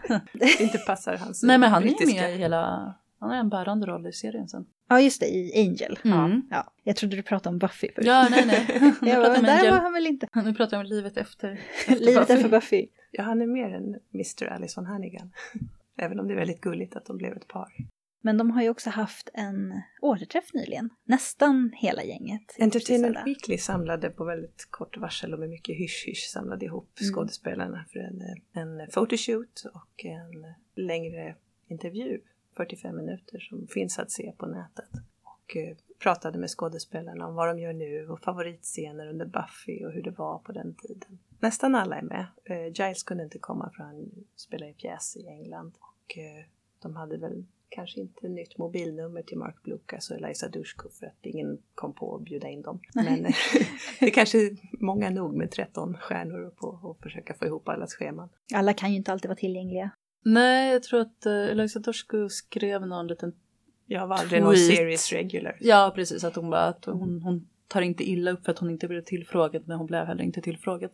Inte passar hans. Nej, men han är med i hela... Han är en bärande roll i serien sen. Ja, just det, i Angel. Ja. Jag trodde du pratade om Buffy först. Ja, nej. Jag bara, där var han väl inte. Nu pratar jag om livet efter livet efter Buffy. Ja, han är mer än Mr. Allison Hannigan. Även om det är väldigt gulligt att de blev ett par. Men de har ju också haft en återträff nyligen. Nästan hela gänget. Entertainment Weekly samlade på väldigt kort varsel och med mycket hysch samlade ihop skådespelarna för en photoshoot och en längre intervju. 45 minuter som finns att se på nätet. Och pratade med skådespelarna om vad de gör nu och favoritscener under Buffy och hur det var på den tiden. Nästan alla är med. Giles kunde inte komma för han spelar i pjäs i England. Och de hade väl kanske inte nytt mobilnummer till Mark Blucas och Eliza Dushku för att ingen kom på att bjuda in dem. Men det är kanske många nog med 13 stjärnor på att försöka få ihop allas scheman. Alla kan ju inte alltid vara tillgängliga. Nej, jag tror att Eliza Dushku skrev någon liten jag var aldrig någon series regular. Ja, precis. Att hon bara att hon tar inte illa upp för att hon inte blev tillfrågad, men hon blev heller inte tillfrågad.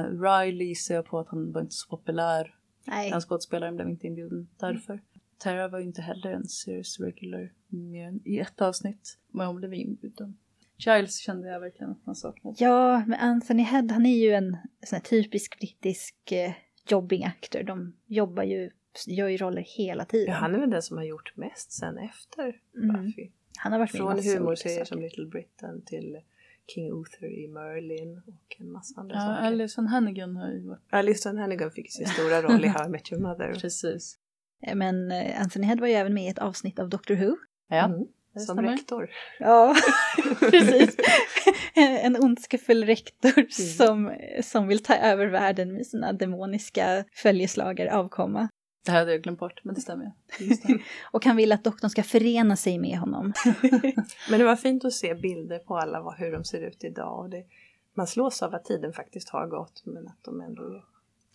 Riley ser på att han var inte så populär. Nej. Den skådespelaren blev inte inbjuden därför. Tara var ju inte heller en series regular mer än i ett avsnitt, men hon blev inbjuden. Giles kände jag verkligen att man saknade. Ja, men Anthony Head, han är ju en sån här typisk brittisk jobbing actor. De gör ju roller hela tiden. Ja, han är väl den som har gjort mest sen efter Buffy. Han har varit från humorserier som Little Britain till King Uther i Merlin och en massa andra saker. Alison Hannigan har ju varit... Alison Hannigan fick sin stora roll i How I Met Your Mother. Precis. Men Anthony Head var ju även med i ett avsnitt av Doctor Who. Ja, som rektor. Ja, precis. En ondskefull rektor som vill ta över världen med sina demoniska följeslagare avkomma. Det här hade jag glömt bort, men det stämmer. Och han vill att doktorn ska förena sig med honom. Men det var fint att se bilder på alla hur de ser ut idag. Och man slås av att tiden faktiskt har gått, men att de ändå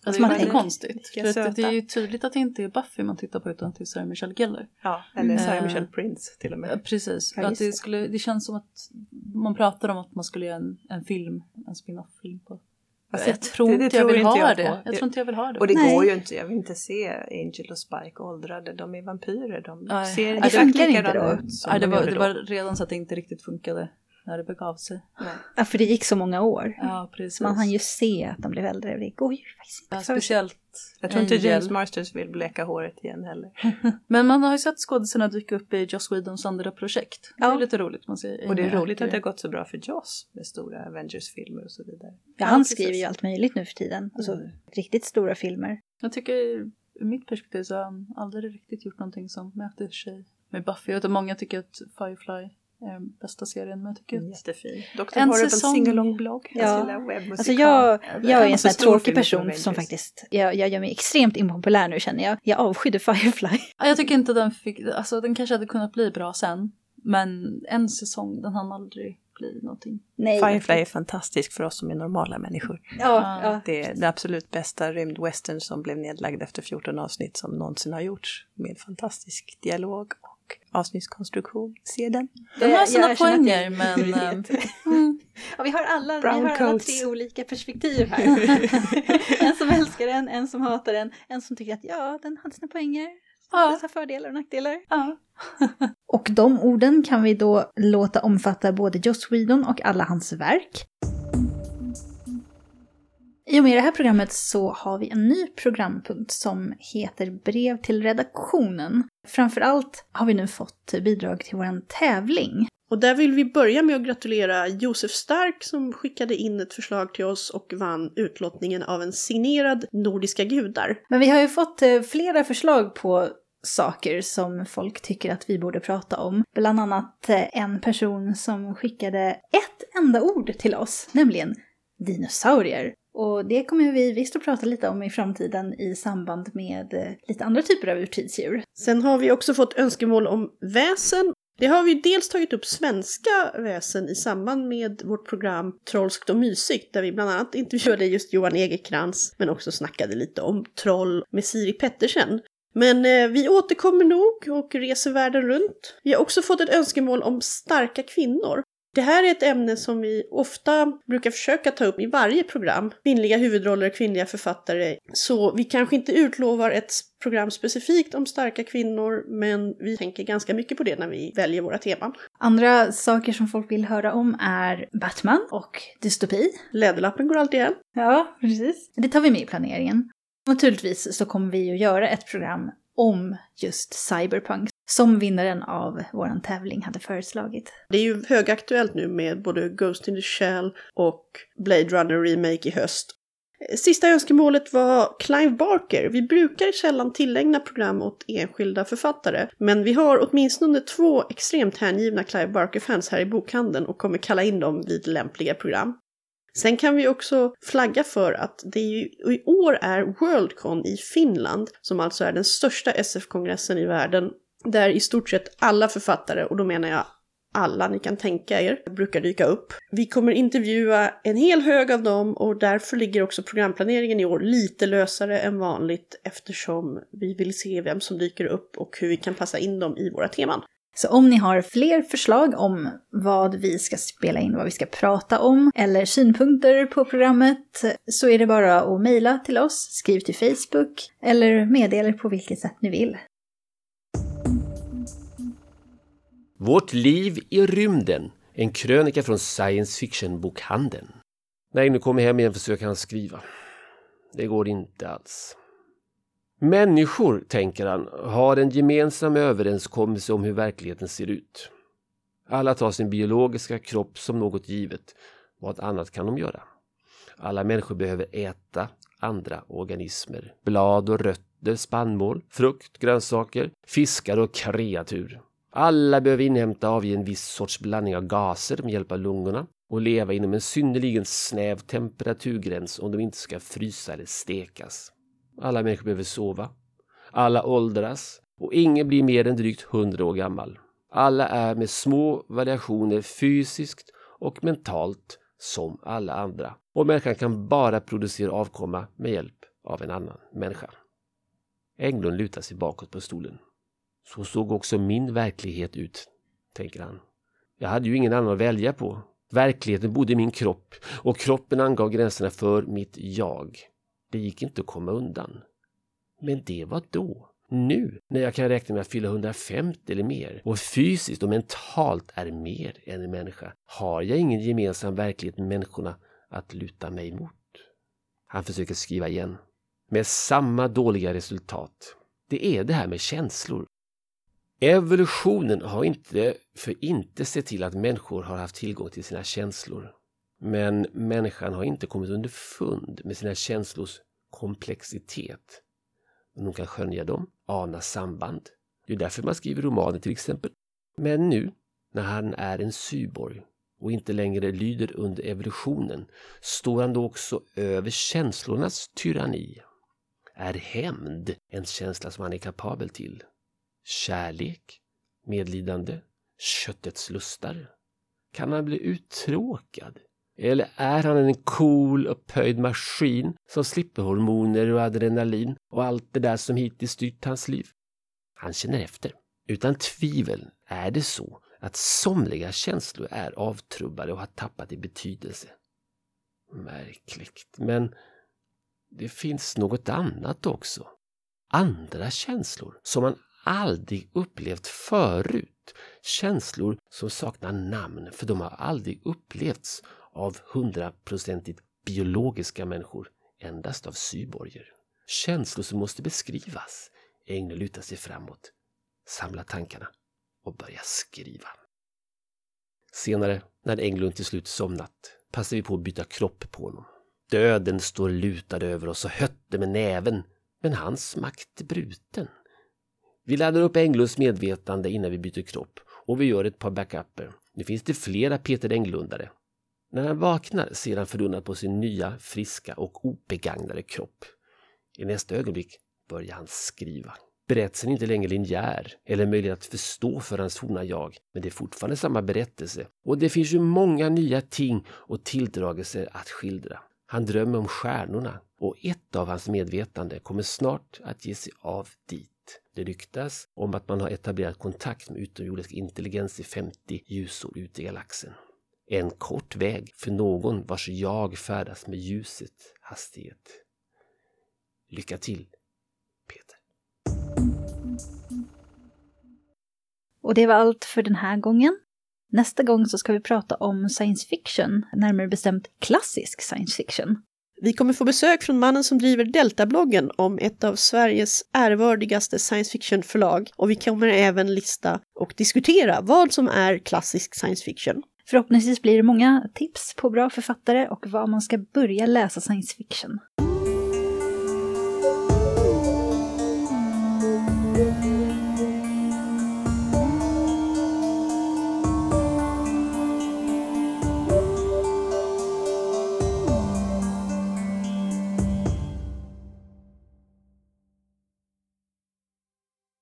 Alltså man det är tänker. konstigt. För att det är ju tydligt att det inte är Buffy man tittar på utan att det är Sarah Michelle Gellar. Ja, eller Sarah Michelle Prince till och med. Precis. Ja, Att det känns som att man pratar om att man skulle göra en film, en spin-off-film på. Alltså, Jag tror inte jag vill ha det. Jag tror inte jag vill ha det. Och det Nej. går ju inte. Jag vill inte se Angel och Spike åldrade. De är vampyrer. De ser det exakt funkar inte likadana då. ut som Nej, det gjorde var då. redan så att det inte riktigt funkade när det begav sig. Ja, för det gick så många år. Ja, precis. Så man hann ju se att de blev äldre. Det går ju faktiskt inte. Ja, för- speciellt Jag tror inte Angel. James Marsters vill bleka håret igen heller. Men man har ju sett skådespelarna dyka upp i Joss Whedons andra projekt. Det är Ja. lite roligt. Man ser Och det är Amy roligt Acker. att det har gått så bra för Joss med stora Avengers-filmer och så vidare. Ja, han precis. skriver ju allt möjligt nu för tiden. Alltså, riktigt stora filmer. Jag tycker ur mitt perspektiv så har han aldrig riktigt gjort någonting som mäter sig med Buffy. Jag vet att många tycker att Firefly är den bästa serien, men jag tycker att Jättefin. Dr. En Horrible säsong- Singalong-blogg. Ja. Alltså jag är en sån här tråkig person som faktiskt, jag gör mig extremt impopulär nu känner jag. Jag avskydde Firefly. Ja, jag tycker inte den fick, alltså den kanske hade kunnat bli bra sen. Men en säsong, den hann aldrig bli någonting. Nej. Firefly är fantastisk för oss som är normala människor. Ja. Det är den absolut bästa rymdwestern som blev nedlagd efter 14 avsnitt som någonsin har gjorts. Med fantastisk dialog och avsnittskonstruktion. Se den. Den har sina jag känner att poänger, det men... är prioritet. Ja, vi har alla coats. 3 olika perspektiv här. En som älskar den, en som hatar den, en som tycker att ja, den hade sina poänger. Ja. Dessa fördelar och nackdelar. Ja. Och de orden kan vi då låta omfatta både Joss Whedon och alla hans verk. I och med det här programmet så har vi en ny programpunkt som heter Brev till redaktionen. Framförallt har vi nu fått bidrag till vår tävling. Och där vill vi börja med att gratulera Josef Stark som skickade in ett förslag till oss och vann utlottningen av en signerad Nordiska gudar. Men vi har ju fått flera förslag på saker som folk tycker att vi borde prata om. Bland annat en person som skickade ett enda ord till oss, nämligen dinosaurier. Och det kommer vi visst att prata lite om i framtiden i samband med lite andra typer av urtidsdjur. Sen har vi också fått önskemål om väsen. Det har vi dels tagit upp svenska väsen i samband med vårt program Trollskt och mysigt, där vi bland annat intervjuade just Johan Egerkrans, men också snackade lite om troll med Siri Pettersen. Men vi återkommer nog och reser världen runt. Vi har också fått ett önskemål om starka kvinnor. Det här är ett ämne som vi ofta brukar försöka ta upp i varje program. Kvinnliga huvudroller, kvinnliga författare. Så vi kanske inte utlovar ett program specifikt om starka kvinnor, men vi tänker ganska mycket på det när vi väljer våra teman. Andra saker som folk vill höra om är Batman och dystopi. Läderlappen går alltid hem. Ja, precis. Det tar vi med i planeringen. Naturligtvis så kommer vi att göra ett program om just cyberpunk som vinnaren av våran tävling hade föreslagit. Det är ju högaktuellt nu med både Ghost in the Shell och Blade Runner Remake i höst. Sista önskemålet var Clive Barker. Vi brukar sällan tillägna program åt enskilda författare, men vi har åtminstone 2 extremt hängivna Clive Barker-fans här i bokhandeln och kommer kalla in dem vid lämpliga program. Sen kan vi också flagga för att det i år är Worldcon i Finland, som alltså är den största SF-kongressen i världen, där i stort sett alla författare, och då menar jag alla ni kan tänka er, brukar dyka upp. Vi kommer intervjua en hel hög av dem och därför ligger också programplaneringen i år lite lösare än vanligt eftersom vi vill se vem som dyker upp och hur vi kan passa in dem i våra teman. Så om ni har fler förslag om vad vi ska spela in, vad vi ska prata om eller synpunkter på programmet så är det bara att mejla till oss, skriv till Facebook eller meddela på vilket sätt ni vill. Vårt liv i rymden. En krönika från science fiction-bokhandeln. När Agnew kommer hem igen försöker han skriva. Det går inte alls. Människor, tänker han, har en gemensam överenskommelse om hur verkligheten ser ut. Alla tar sin biologiska kropp som något givet. Vad annat kan de göra? Alla människor behöver äta andra organismer. Blad och rötter, spannmål, frukt, grönsaker, fiskar och kreatur. Alla behöver inhämta av en viss sorts blandning av gaser med hjälp av lungorna och leva inom en synnerligen snäv temperaturgräns om de inte ska frysa eller stekas. Alla människor behöver sova. Alla åldras och ingen blir mer än drygt 100 år gammal. Alla är med små variationer fysiskt och mentalt som alla andra. Och människan kan bara producera avkomma med hjälp av en annan människa. Englund lutar sig bakåt på stolen. Så såg också min verklighet ut, tänker han. Jag hade ju ingen annan att välja på. Verkligheten bodde i min kropp och kroppen angav gränserna för mitt jag. Det gick inte att komma undan. Men det var då. Nu, när jag kan räkna med att fylla 150 eller mer och fysiskt och mentalt är mer än en människa, har jag ingen gemensam verklighet med människorna att luta mig mot. Han försöker skriva igen. Med samma dåliga resultat. Det är det här med känslor. Evolutionen har inte sett till att människor har haft tillgång till sina känslor. Men människan har inte kommit underfund med sina känslors komplexitet. Men de kan skönja dem, ana samband. Det är därför man skriver romaner till exempel. Men nu, när han är en cyborg och inte längre lyder under evolutionen, står han då också över känslornas tyranni. Är hämnd en känsla som han är kapabel till? Kärlek, medlidande, köttets lustar? Kan han bli uttråkad? Eller är han en cool upphöjd maskin som slipper hormoner och adrenalin och allt det där som hittills styrt hans liv? Han känner efter. Utan tvivel är det så att somliga känslor är avtrubbade och har tappat i betydelse. Märkligt, men det finns något annat också. Andra känslor som man aldrig upplevt förut. Känslor som saknar namn, för de har aldrig upplevts av 100% biologiska människor, endast av cyborger. Känslor som måste beskrivas. Englund lutar sig framåt, samlar tankarna och börjar skriva. Senare, när Englund till slut somnat, passar vi på att byta kropp på honom. Döden står lutad över oss och hötte med näven, men hans makt är bruten. Vi laddar upp Englunds medvetande innan vi byter kropp och vi gör ett par backuper. Nu finns det flera Peter Englundare. När han vaknar ser han förunnat på sin nya, friska och obegagnade kropp. I nästa ögonblick börjar han skriva. Berättelsen är inte längre linjär eller möjlig att förstå för hans forna jag, men det är fortfarande samma berättelse. Och det finns ju många nya ting och tilldragelser att skildra. Han drömmer om stjärnorna och ett av hans medvetande kommer snart att ge sig av dit. Det ryktas om att man har etablerat kontakt med utomjordisk intelligens i 50 ljusår ut i galaxen. En kort väg för någon vars jag färdas med ljuset hastighet. Lycka till, Peter. Och det var allt för den här gången. Nästa gång så ska vi prata om science fiction, närmare bestämt klassisk science fiction. Vi kommer få besök från mannen som driver Delta-bloggen om ett av Sveriges ärvördigaste science fiction-förlag. Och vi kommer även lista och diskutera vad som är klassisk science fiction. Förhoppningsvis blir det många tips på bra författare och var man ska börja läsa science fiction.